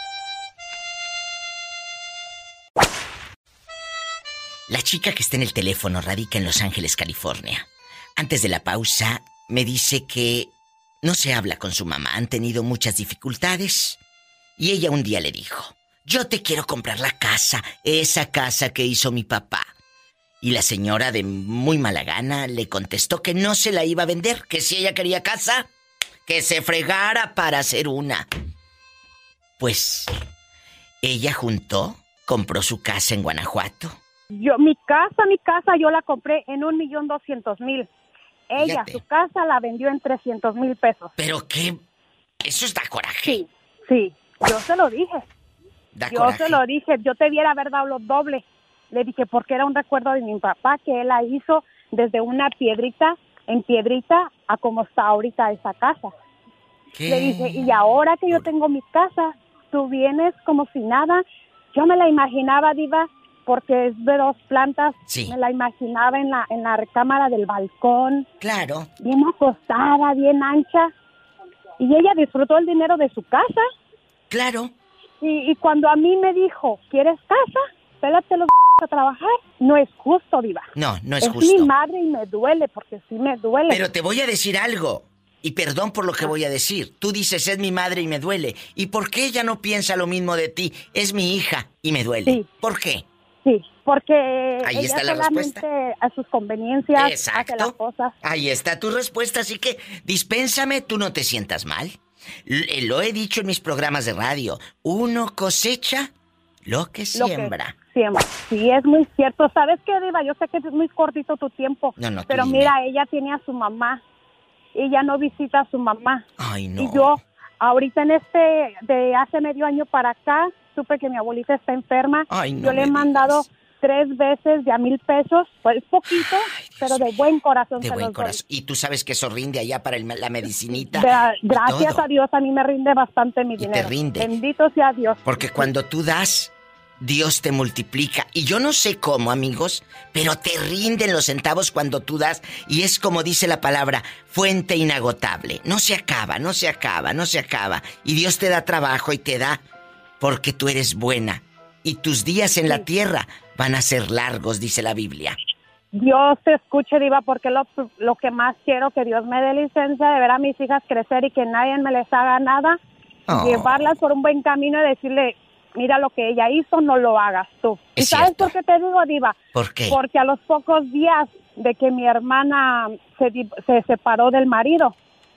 La chica que está en el teléfono radica en Los Ángeles, California. Antes de la pausa, me dice que no se habla con su mamá. Han tenido muchas dificultades. Y ella un día le dijo, yo te quiero comprar la casa, esa casa que hizo mi papá. Y la señora, de muy mala gana, le contestó que no se la iba a vender, que si ella quería casa, que se fregara para hacer una. Pues ella juntó, compró su casa en Guanajuato. Mi casa, yo la compré en 1,200,000. Ella, Fíjate. su casa la vendió en 300,000 pesos. Pero qué... Eso da coraje. Sí, yo se lo dije. Da Yo coraje. se lo dije, yo te hubiera haber dado lo doble. Le dije, porque era un recuerdo de mi papá, que él la hizo desde una piedrita en piedrita a como está ahorita esa casa. ¿Qué? Le dije, y ahora que yo tengo mi casa, tú vienes como si nada. Yo me la imaginaba, Diva, porque es de 2 plantas. Sí. Me la imaginaba en la recámara del balcón. Claro. Bien acostada, bien ancha. Y ella disfrutó el dinero de su casa. Claro. Y cuando a mí me dijo, ¿quieres casa? Pélate los a trabajar. No es justo, Diva. No, no es Es justo. mi madre y me duele, porque sí me duele. Pero te voy a decir algo. Y perdón por lo que voy a decir. Tú dices, es mi madre y me duele. ¿Y por qué ella no piensa lo mismo de ti? Es mi hija y me duele. Sí. ¿Por qué? Sí, Porque Ahí ella está la solamente respuesta. a sus conveniencias Exacto. hace las cosas. Ahí está tu respuesta, así que dispénsame, tú no te sientas mal. Lo he dicho en mis programas de radio. Uno cosecha lo que siembra. Siembra. Sí, es muy cierto. ¿Sabes qué, Diva? Yo sé que es muy cortito tu tiempo. No, pero dime. mira, ella tiene a su mamá. Ella no visita a su mamá. Ay, no. Y yo, ahorita de hace medio año para acá, supe que mi abuelita está enferma. Ay, no yo le he mandado 3 veces de $1,000 pesos. Pues poquito, pero de buen corazón. De se buen los doy. corazón. Y tú sabes que eso rinde allá para la medicinita. Gracias a Dios, a mí me rinde bastante mi dinero. rinde. Bendito sea Dios. Porque cuando tú das, Dios te multiplica. Y yo no sé cómo, amigos, pero te rinden los centavos cuando tú das. Y es como dice la palabra, fuente inagotable. No se acaba, no se acaba, no se acaba. Y Dios te da trabajo y te da porque tú eres buena. Y tus días en la tierra van a ser largos, dice la Biblia. Dios te escuche, Diva, porque lo que más quiero, que Dios me dé licencia de ver a mis hijas crecer y que nadie me les haga nada. Oh. Llevarlas por un buen camino y decirle, mira lo que ella hizo, no lo hagas tú. ¿Y sabes por qué te digo, Diva? ¿Por qué? Porque a los pocos días de que mi hermana se separó del marido,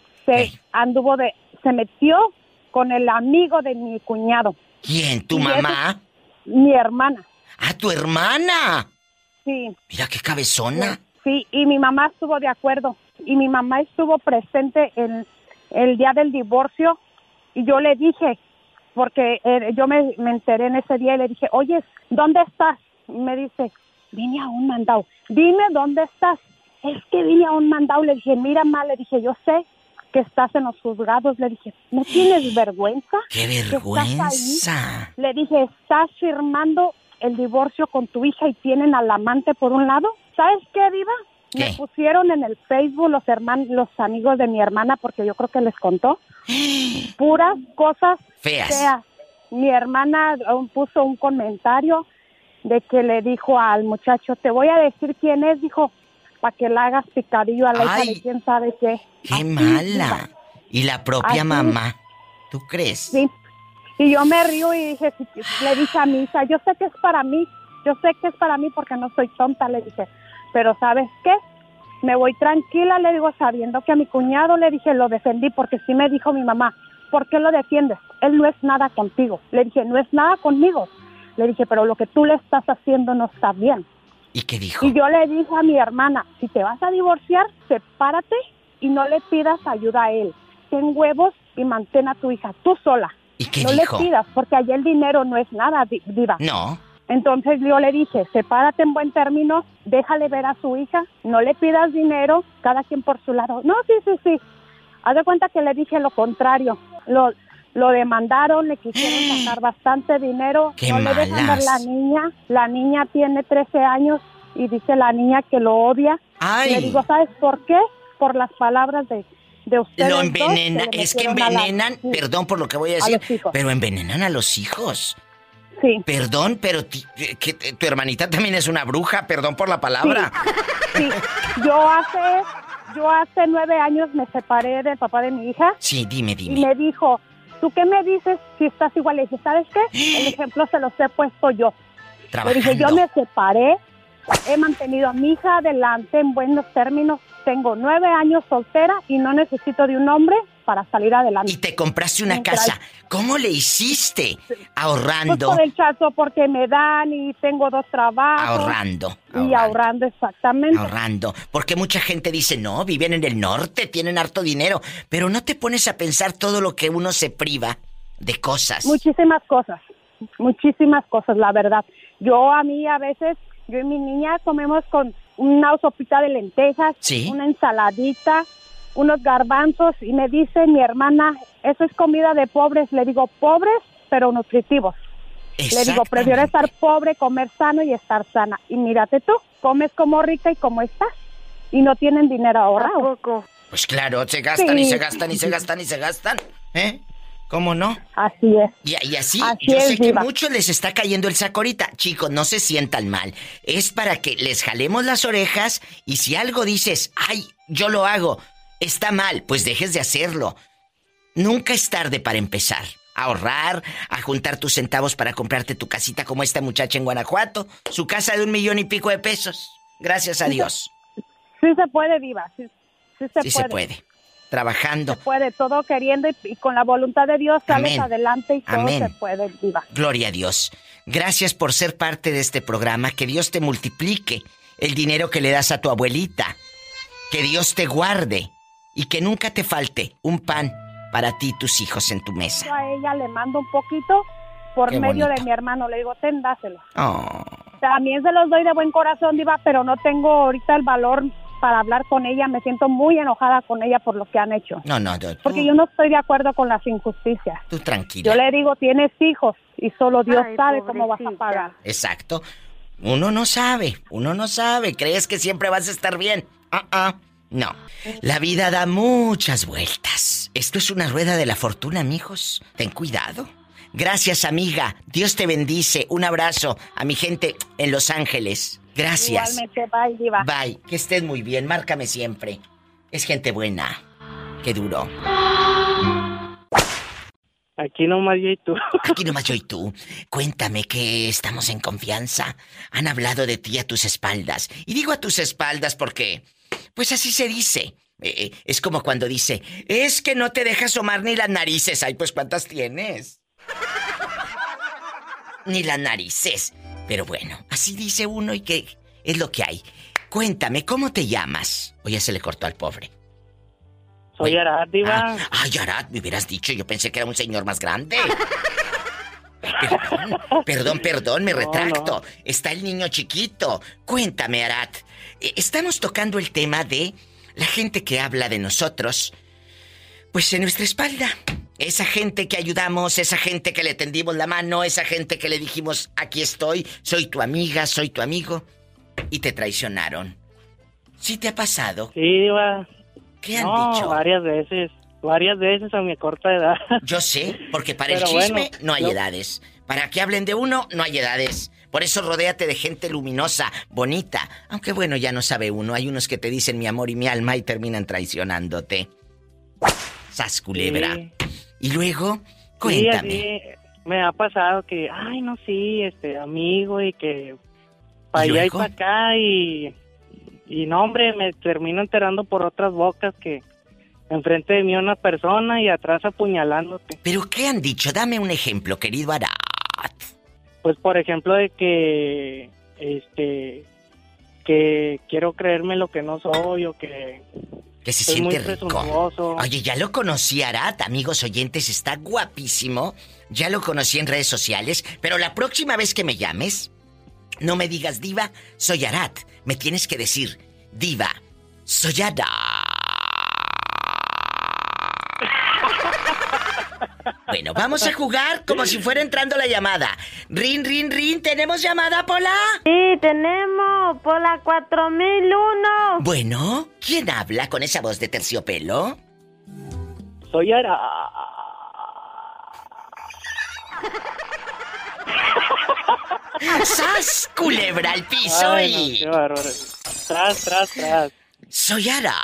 se metió con el amigo de mi cuñado. ¿Quién? ¿Tu mamá? Mi hermana. ¡Ah, tu hermana! Sí. Mira qué cabezona. Sí, y mi mamá estuvo de acuerdo. Y mi mamá estuvo presente el día del divorcio. Y yo le dije, porque yo me enteré en ese día y le dije, oye, ¿dónde estás? Y me dice, vine a un mandado. Dime, ¿dónde estás? Es que vine a un mandado. Le dije, mira, ma, le dije, yo sé que estás en los juzgados. Le dije, ¿no tienes vergüenza? ¡Qué ¿Que vergüenza! estás ahí? Le dije, ¿estás firmando el divorcio con tu hija y tienen al amante por un lado? ¿Sabes qué, Diva? ¿Qué? Me pusieron en el Facebook los amigos de mi hermana, porque yo creo que les contó, puras cosas feas. Mi hermana puso un comentario de que le dijo al muchacho, te voy a decir quién es, dijo, para que le hagas picadillo a la hija de quién sabe qué. ¡Qué Así, mala! Diva. Y la propia Así. mamá. ¿Tú crees? Sí. Y yo me río y dije, le dije a mi hija, yo sé que es para mí porque no soy tonta, le dije, pero ¿sabes qué? Me voy tranquila, le digo, sabiendo que a mi cuñado, le dije, lo defendí, porque sí me dijo mi mamá, ¿por qué lo defiendes? Él no es nada contigo. Le dije, no es nada conmigo. Le dije, pero lo que tú le estás haciendo no está bien. ¿Y qué dijo? Y yo le dije a mi hermana, si te vas a divorciar, sepárate y no le pidas ayuda a él. Ten huevos y mantén a tu hija tú sola. ¿Y qué no dijo? le pidas, porque allá el dinero no es nada, Diva. No. Entonces yo le dije, sepárate en buen término, déjale ver a su hija, no le pidas dinero, cada quien por su lado. No, sí. Haz de cuenta que le dije lo contrario. Lo demandaron, le quisieron sacar bastante dinero. ¡Qué no le dejan malas! ver la niña. La niña tiene 13 años y dice la niña que lo odia. ¡Ay! Le digo, ¿sabes por qué? Por las palabras de ustedes Lo dos, envenena, que le es que metieron a la- envenenan, sí, perdón por lo que voy a a decir, los hijos. pero envenenan a los hijos. Sí. Perdón, pero que tu hermanita también es una bruja, perdón por la palabra. Sí, yo hace 9 años me separé del papá de mi hija. Sí, dime. Y me dijo, ¿tú qué me dices si estás igual? Le dije, ¿sabes qué? El ejemplo se los he puesto yo. Le dije, yo me separé, he mantenido a mi hija adelante en buenos términos, tengo 9 años soltera y no necesito de un hombre para salir adelante. Y te compraste una casa. ¿Cómo le hiciste? Pues Ahorrando. por el chazo, porque me dan y tengo 2 trabajos. Ahorrando. Y ahorrando, exactamente. Ahorrando. Porque mucha gente dice, no, viven en el norte, tienen harto dinero. Pero no te pones a pensar todo lo que uno se priva de cosas. Muchísimas cosas, la verdad. A mí a veces, yo y mi niña comemos con una sopita de lentejas, ¿Sí? una ensaladita, unos garbanzos, y me dice mi hermana, eso es comida de pobres. Le digo, pobres, pero nutritivos. Le digo, prefiero estar pobre, comer sano y estar sana. Y mírate tú, comes como rica y como estás. Y no tienen dinero ahorrado. Pues claro, se gastan y Sí. se gastan y se gastan y se gastan. ¿Eh? ¿Cómo no? Así es. Y así, Así yo es, sé que Diva. muchos les está cayendo el saco ahorita. Chicos, no se sientan mal. Es para que les jalemos las orejas y si algo dices, ay, yo lo hago, está mal, pues dejes de hacerlo. Nunca es tarde para empezar. a ahorrar, a juntar tus centavos para comprarte tu casita como esta muchacha en Guanajuato, su casa de 1 millón y pico de pesos. Gracias a Dios. Sí se puede, Diva, sí se puede. Trabajando. Se puede, todo queriendo y con la voluntad de Dios sales adelante y todo Amén. se puede, Diva. Gloria a Dios. Gracias por ser parte de este programa. Que Dios te multiplique el dinero que le das a tu abuelita. Que Dios te guarde y que nunca te falte un pan para ti y tus hijos en tu mesa. Yo a ella le mando un poquito por Qué medio bonito. de mi hermano. Le digo, ten, dáselo. Oh. También se los doy de buen corazón, Diva, pero no tengo ahorita el valor para hablar con ella. Me siento muy enojada con ella por lo que han hecho. No, Porque yo no estoy de acuerdo con las injusticias. tú tranquila. Yo le digo, tienes hijos y solo Dios sabe cómo vas a pagar. Exacto. Uno no sabe. ¿Crees que siempre vas a estar bien? No. La vida da muchas vueltas. Esto es una rueda de la fortuna, mijos. Ten cuidado. Gracias, amiga. Dios te bendice. Un abrazo a mi gente en Los Ángeles. Gracias. Igualmente, bye, Diva. Bye. Que estés muy bien. Márcame siempre. Es gente buena. Qué duro. Aquí nomás yo y tú. Aquí nomás yo y tú. Cuéntame que estamos en confianza. Han hablado de ti a tus espaldas. Y digo a tus espaldas porque, pues así se dice. Es como cuando dice, es que no te deja asomar ni las narices. Ay, pues ¿cuántas tienes? Ni las narices. Pero bueno, así dice uno y que es lo que hay. Cuéntame, ¿cómo te llamas? O ya se le cortó al pobre. Soy Arad, Diva. Ay, Arad, me hubieras dicho. Yo pensé que era un señor más grande. Perdón, me retracto. No. Está el niño chiquito. Cuéntame, Arad. Estamos tocando el tema de la gente que habla de nosotros, pues en nuestra espalda. Esa gente que ayudamos, esa gente que le tendimos la mano, esa gente que le dijimos, aquí estoy, soy tu amiga, soy tu amigo, y te traicionaron. ¿Sí te ha pasado? Sí, Diva. ¿Qué han dicho? Varias veces a mi corta edad. Yo sé, porque para el chisme no hay edades. Para que hablen de uno, no hay edades. Por eso rodéate de gente luminosa, bonita. Aunque bueno, ya no sabe uno. Hay unos que te dicen mi amor y mi alma y terminan traicionándote. Sas culebra. Sí. Y luego, cuéntame. Sí, me ha pasado que, ay, no, sí, amigo, y que para allá y para acá, y no, hombre, me termino enterando por otras bocas que enfrente de mí una persona y atrás apuñalándote. ¿Pero qué han dicho? Dame un ejemplo, querido Arad. Pues, por ejemplo, de que, que quiero creerme lo que no soy, o que se siente rico. Oye, ya lo conocí, Arad, amigos oyentes, está guapísimo. Ya lo conocí en redes sociales, pero la próxima vez que me llames, no me digas, Diva, soy Arad. Me tienes que decir, Diva, soy Arad. Bueno, vamos a jugar como si fuera entrando la llamada. Rin, rin, rin, ¿tenemos llamada, Pola? Sí, tenemos, Pola 4001. Bueno, ¿quién habla con esa voz de terciopelo? Soy Ara. ¡Sas, culebra al piso! Ay, no, qué bárbaro. Tras. Soy Ara.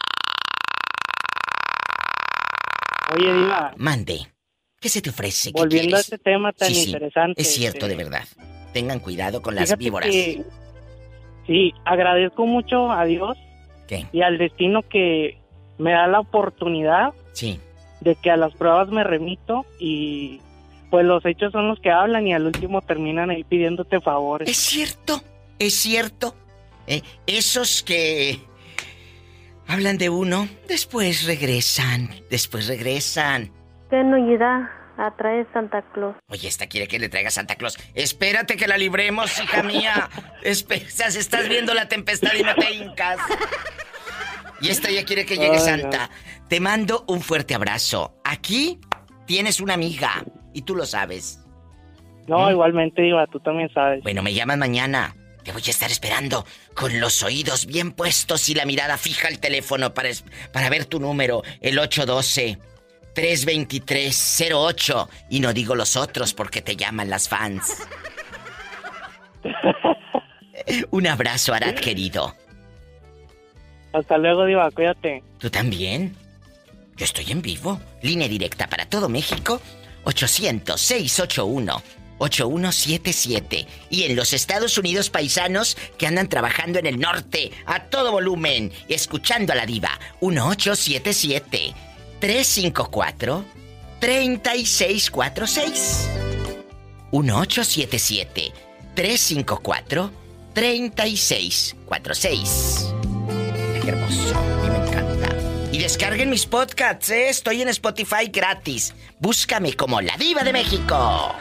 Oye, Diva. Mande. ¿Qué se te ofrece? ¿Qué Volviendo quieres? a este tema tan interesante. Es cierto, de verdad. Tengan cuidado con las víboras. Sí, agradezco mucho a Dios. ¿Qué? Y al destino que me da la oportunidad. Sí. De que a las pruebas me remito y pues los hechos son los que hablan y al último terminan ahí pidiéndote favores. Es cierto. Esos que hablan de uno, después regresan. ¿Qué nos irá a traer Santa Claus? Oye, esta quiere que le traiga Santa Claus. Espérate que la libremos, hija mía. Estás viendo la tempestad y no te hincas. Y esta ya quiere que llegue Santa. No. Te mando un fuerte abrazo. Aquí tienes una amiga y tú lo sabes. No, igualmente, Diva, tú también sabes. Bueno, me llamas mañana. Te voy a estar esperando con los oídos bien puestos y la mirada fija al teléfono para ver tu número, el 812-323-08. Y no digo los otros porque te llaman las fans. Un abrazo, Arad, querido. Hasta luego, Diva, cuídate. ¿Tú también? Yo estoy en vivo. Línea directa para todo México. 1-800-681-8177. Y en los Estados Unidos, paisanos que andan trabajando en el norte, a todo volumen, escuchando a la diva, 1877-354-3646. 1877-354-3646. Qué hermoso, a mí me encanta. Y descarguen mis podcasts, ¿eh? Estoy en Spotify gratis. Búscame como La Diva de México.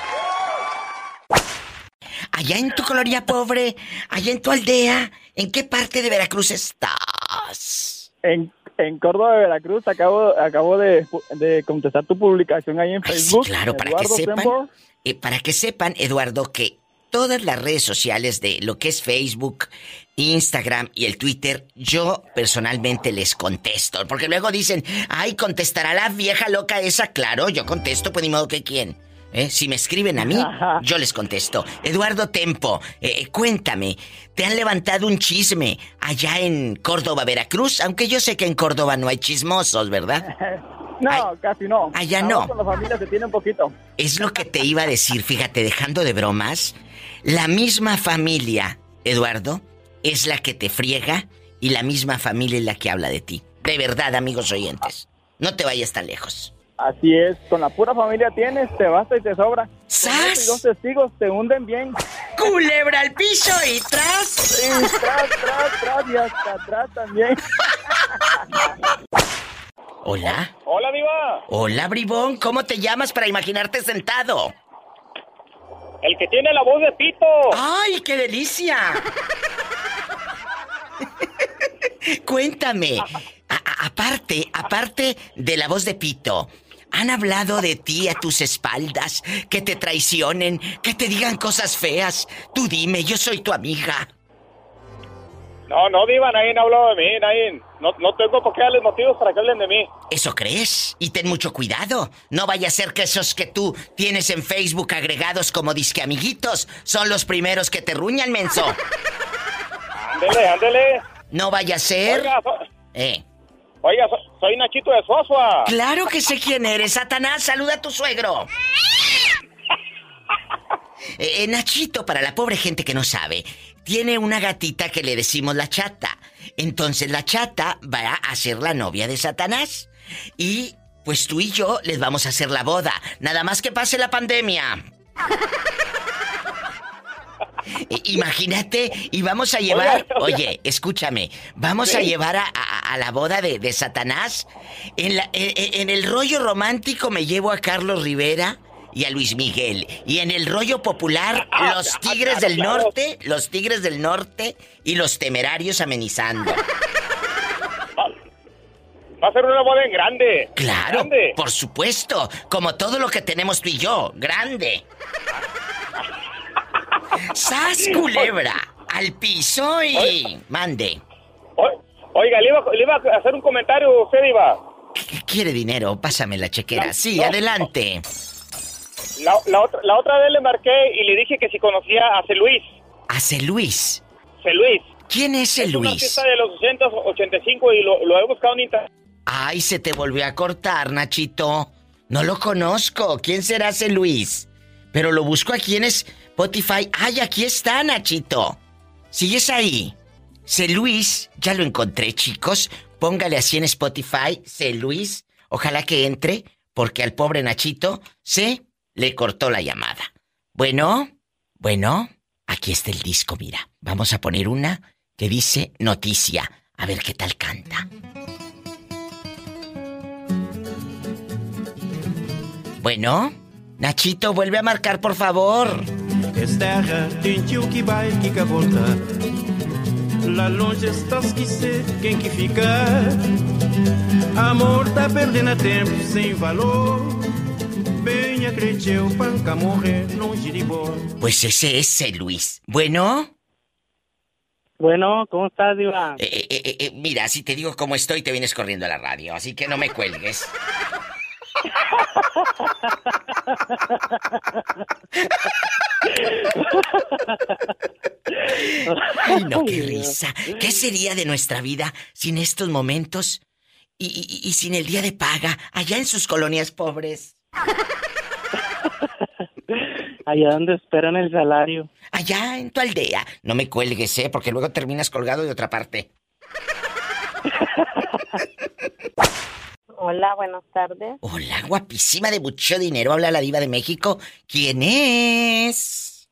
Allá en tu colonia pobre, allá en tu aldea, ¿en qué parte de Veracruz estás? En Córdoba, Veracruz. Acabo de contestar tu publicación ahí en Facebook. Sí, claro, para que sepan, Eduardo, que todas las redes sociales de lo que es Facebook, Instagram y el Twitter, yo personalmente les contesto. Porque luego dicen, ay, contestará la vieja loca esa. Claro, yo contesto, pues ni modo que quién. Si me escriben a mí, yo les contesto. Eduardo Tempo, cuéntame, ¿te han levantado un chisme allá en Córdoba, Veracruz? Aunque yo sé que en Córdoba no hay chismosos, ¿verdad? No, casi no. Allá no. Con la familia se tiene un poquito. Es lo que te iba a decir, fíjate, dejando de bromas, la misma familia, Eduardo, es la que te friega y la misma familia es la que habla de ti. De verdad, amigos oyentes, no te vayas tan lejos. Así es, con la pura familia tienes, te basta y te sobra. ¡Sas! Y dos testigos te hunden bien. ¡Culebra al piso y tras! Sí, tras, y hasta atrás también. ¿Hola? Hola, Diva. Hola, bribón, ¿cómo te llamas para imaginarte sentado? El que tiene la voz de pito. ¡Ay, qué delicia! Cuéntame, aparte de la voz de pito, ¿han hablado de ti a tus espaldas? Que te traicionen, que te digan cosas feas. Tú dime, yo soy tu amiga. No, Diva, nadie ha hablado de mí, nadie. No tengo por qué darles motivos para que hablen de mí. ¿Eso crees? Y ten mucho cuidado. No vaya a ser que esos que tú tienes en Facebook agregados como disque amiguitos son los primeros que te ruñan, menso. Ándele. No vaya a ser... Oiga, soy Nachito de Sosua. Claro que sé quién eres, Satanás. Saluda a tu suegro. Nachito, para la pobre gente que no sabe, tiene una gatita que le decimos la Chata. Entonces la Chata va a ser la novia de Satanás. Y pues tú y yo les vamos a hacer la boda. Nada más que pase la pandemia. Imagínate, y vamos a llevar... Oye, escúchame. Vamos a llevar a la boda de Satanás. En el rollo romántico me llevo a Carlos Rivera y a Luis Miguel. Y en el rollo popular, los Tigres del Norte y los Temerarios amenizando. Va a ser una boda en grande. Claro, grande. Por supuesto. Como todo lo que tenemos tú y yo. Grande. ¡Sas, culebra! Al piso y... Mande. Oiga, le iba a hacer un comentario, usted iba. ¿Qué quiere dinero? Pásame la chequera. Sí, adelante. La otra vez le marqué y le dije que si conocía a C. Luis. ¿A C. Luis? C. Luis. ¿Quién es C. Luis? Es una artista de los 80, 85 y lo he buscado en internet. Ay, se te volvió a cortar, Nachito. No lo conozco. ¿Quién será C. Luis? Pero lo busco aquí en Spotify. ¡Ay, aquí está, Nachito! ¿Sigues ahí? C. Luis, ya lo encontré, chicos. Póngale así en Spotify, C. Luis. Ojalá que entre, porque al pobre Nachito se le cortó la llamada. Bueno, aquí está el disco, mira. Vamos a poner una que dice Noticia. A ver qué tal canta. Bueno, Nachito, vuelve a marcar, por favor. És terra, gentil que vai, que quer voltar. Lá longe está esquecer quem que fica. Amor tá perdendo tempo sem valor. Bem acrediteu, panca morrer longe de boa. Pues ese es C. Luis. Bueno, ¿cómo estás, Diva? Mira, si te digo cómo estoy, te vienes corriendo a la radio, así que no me cuelgues. Ay, no, qué risa. ¿Qué sería de nuestra vida sin estos momentos y sin el día de paga allá en sus colonias pobres? Allá donde esperan el salario. Allá en tu aldea. No me cuelgues, porque luego terminas colgado de otra parte. Hola, buenas tardes. Hola, guapísima de mucho dinero. Habla la diva de México. ¿Quién es?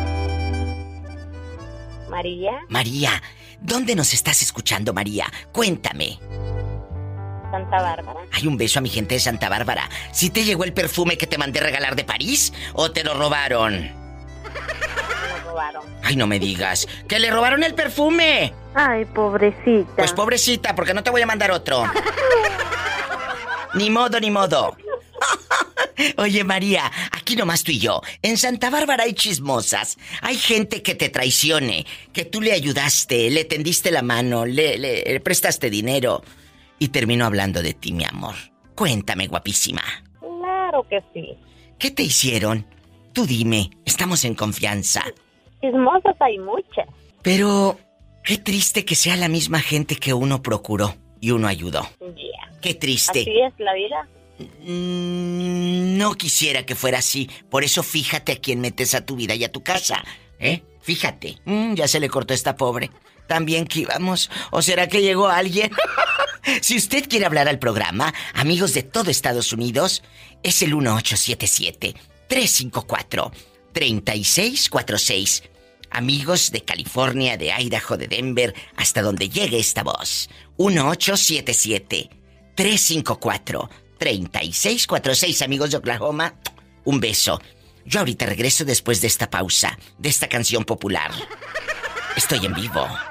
María. María. ¿Dónde nos estás escuchando, María? Cuéntame. Santa Bárbara. Hay un beso a mi gente de Santa Bárbara. ¿Sí te llegó el perfume que te mandé regalar de París o te lo robaron? Me lo robaron. Ay, no me digas. ¡Que le robaron el perfume! Ay, pobrecita. Pues pobrecita, porque no te voy a mandar otro. Ni modo, ni modo. Oye, María, aquí nomás tú y yo. En Santa Bárbara hay chismosas. Hay gente que te traicione, que tú le ayudaste, le tendiste la mano, le prestaste dinero y terminó hablando de ti, mi amor. Cuéntame, guapísima. Claro que sí. ¿Qué te hicieron? Tú dime, estamos en confianza. Chismosas hay muchas. Pero qué triste que sea la misma gente que uno procuró y uno ayudó. Yeah. Qué triste. Así es la vida. No quisiera que fuera así. Por eso fíjate a quién metes a tu vida y a tu casa. Fíjate. Ya se le cortó a esta pobre. También que íbamos. ¿O será que llegó alguien? Si usted quiere hablar al programa, amigos de todo Estados Unidos, es el 1877-354-3646. Amigos de California, de Idaho, de Denver, hasta donde llegue esta voz. 1877-354-3646. Amigos de Oklahoma, un beso. Yo ahorita regreso después de esta pausa, de esta canción popular. Estoy en vivo.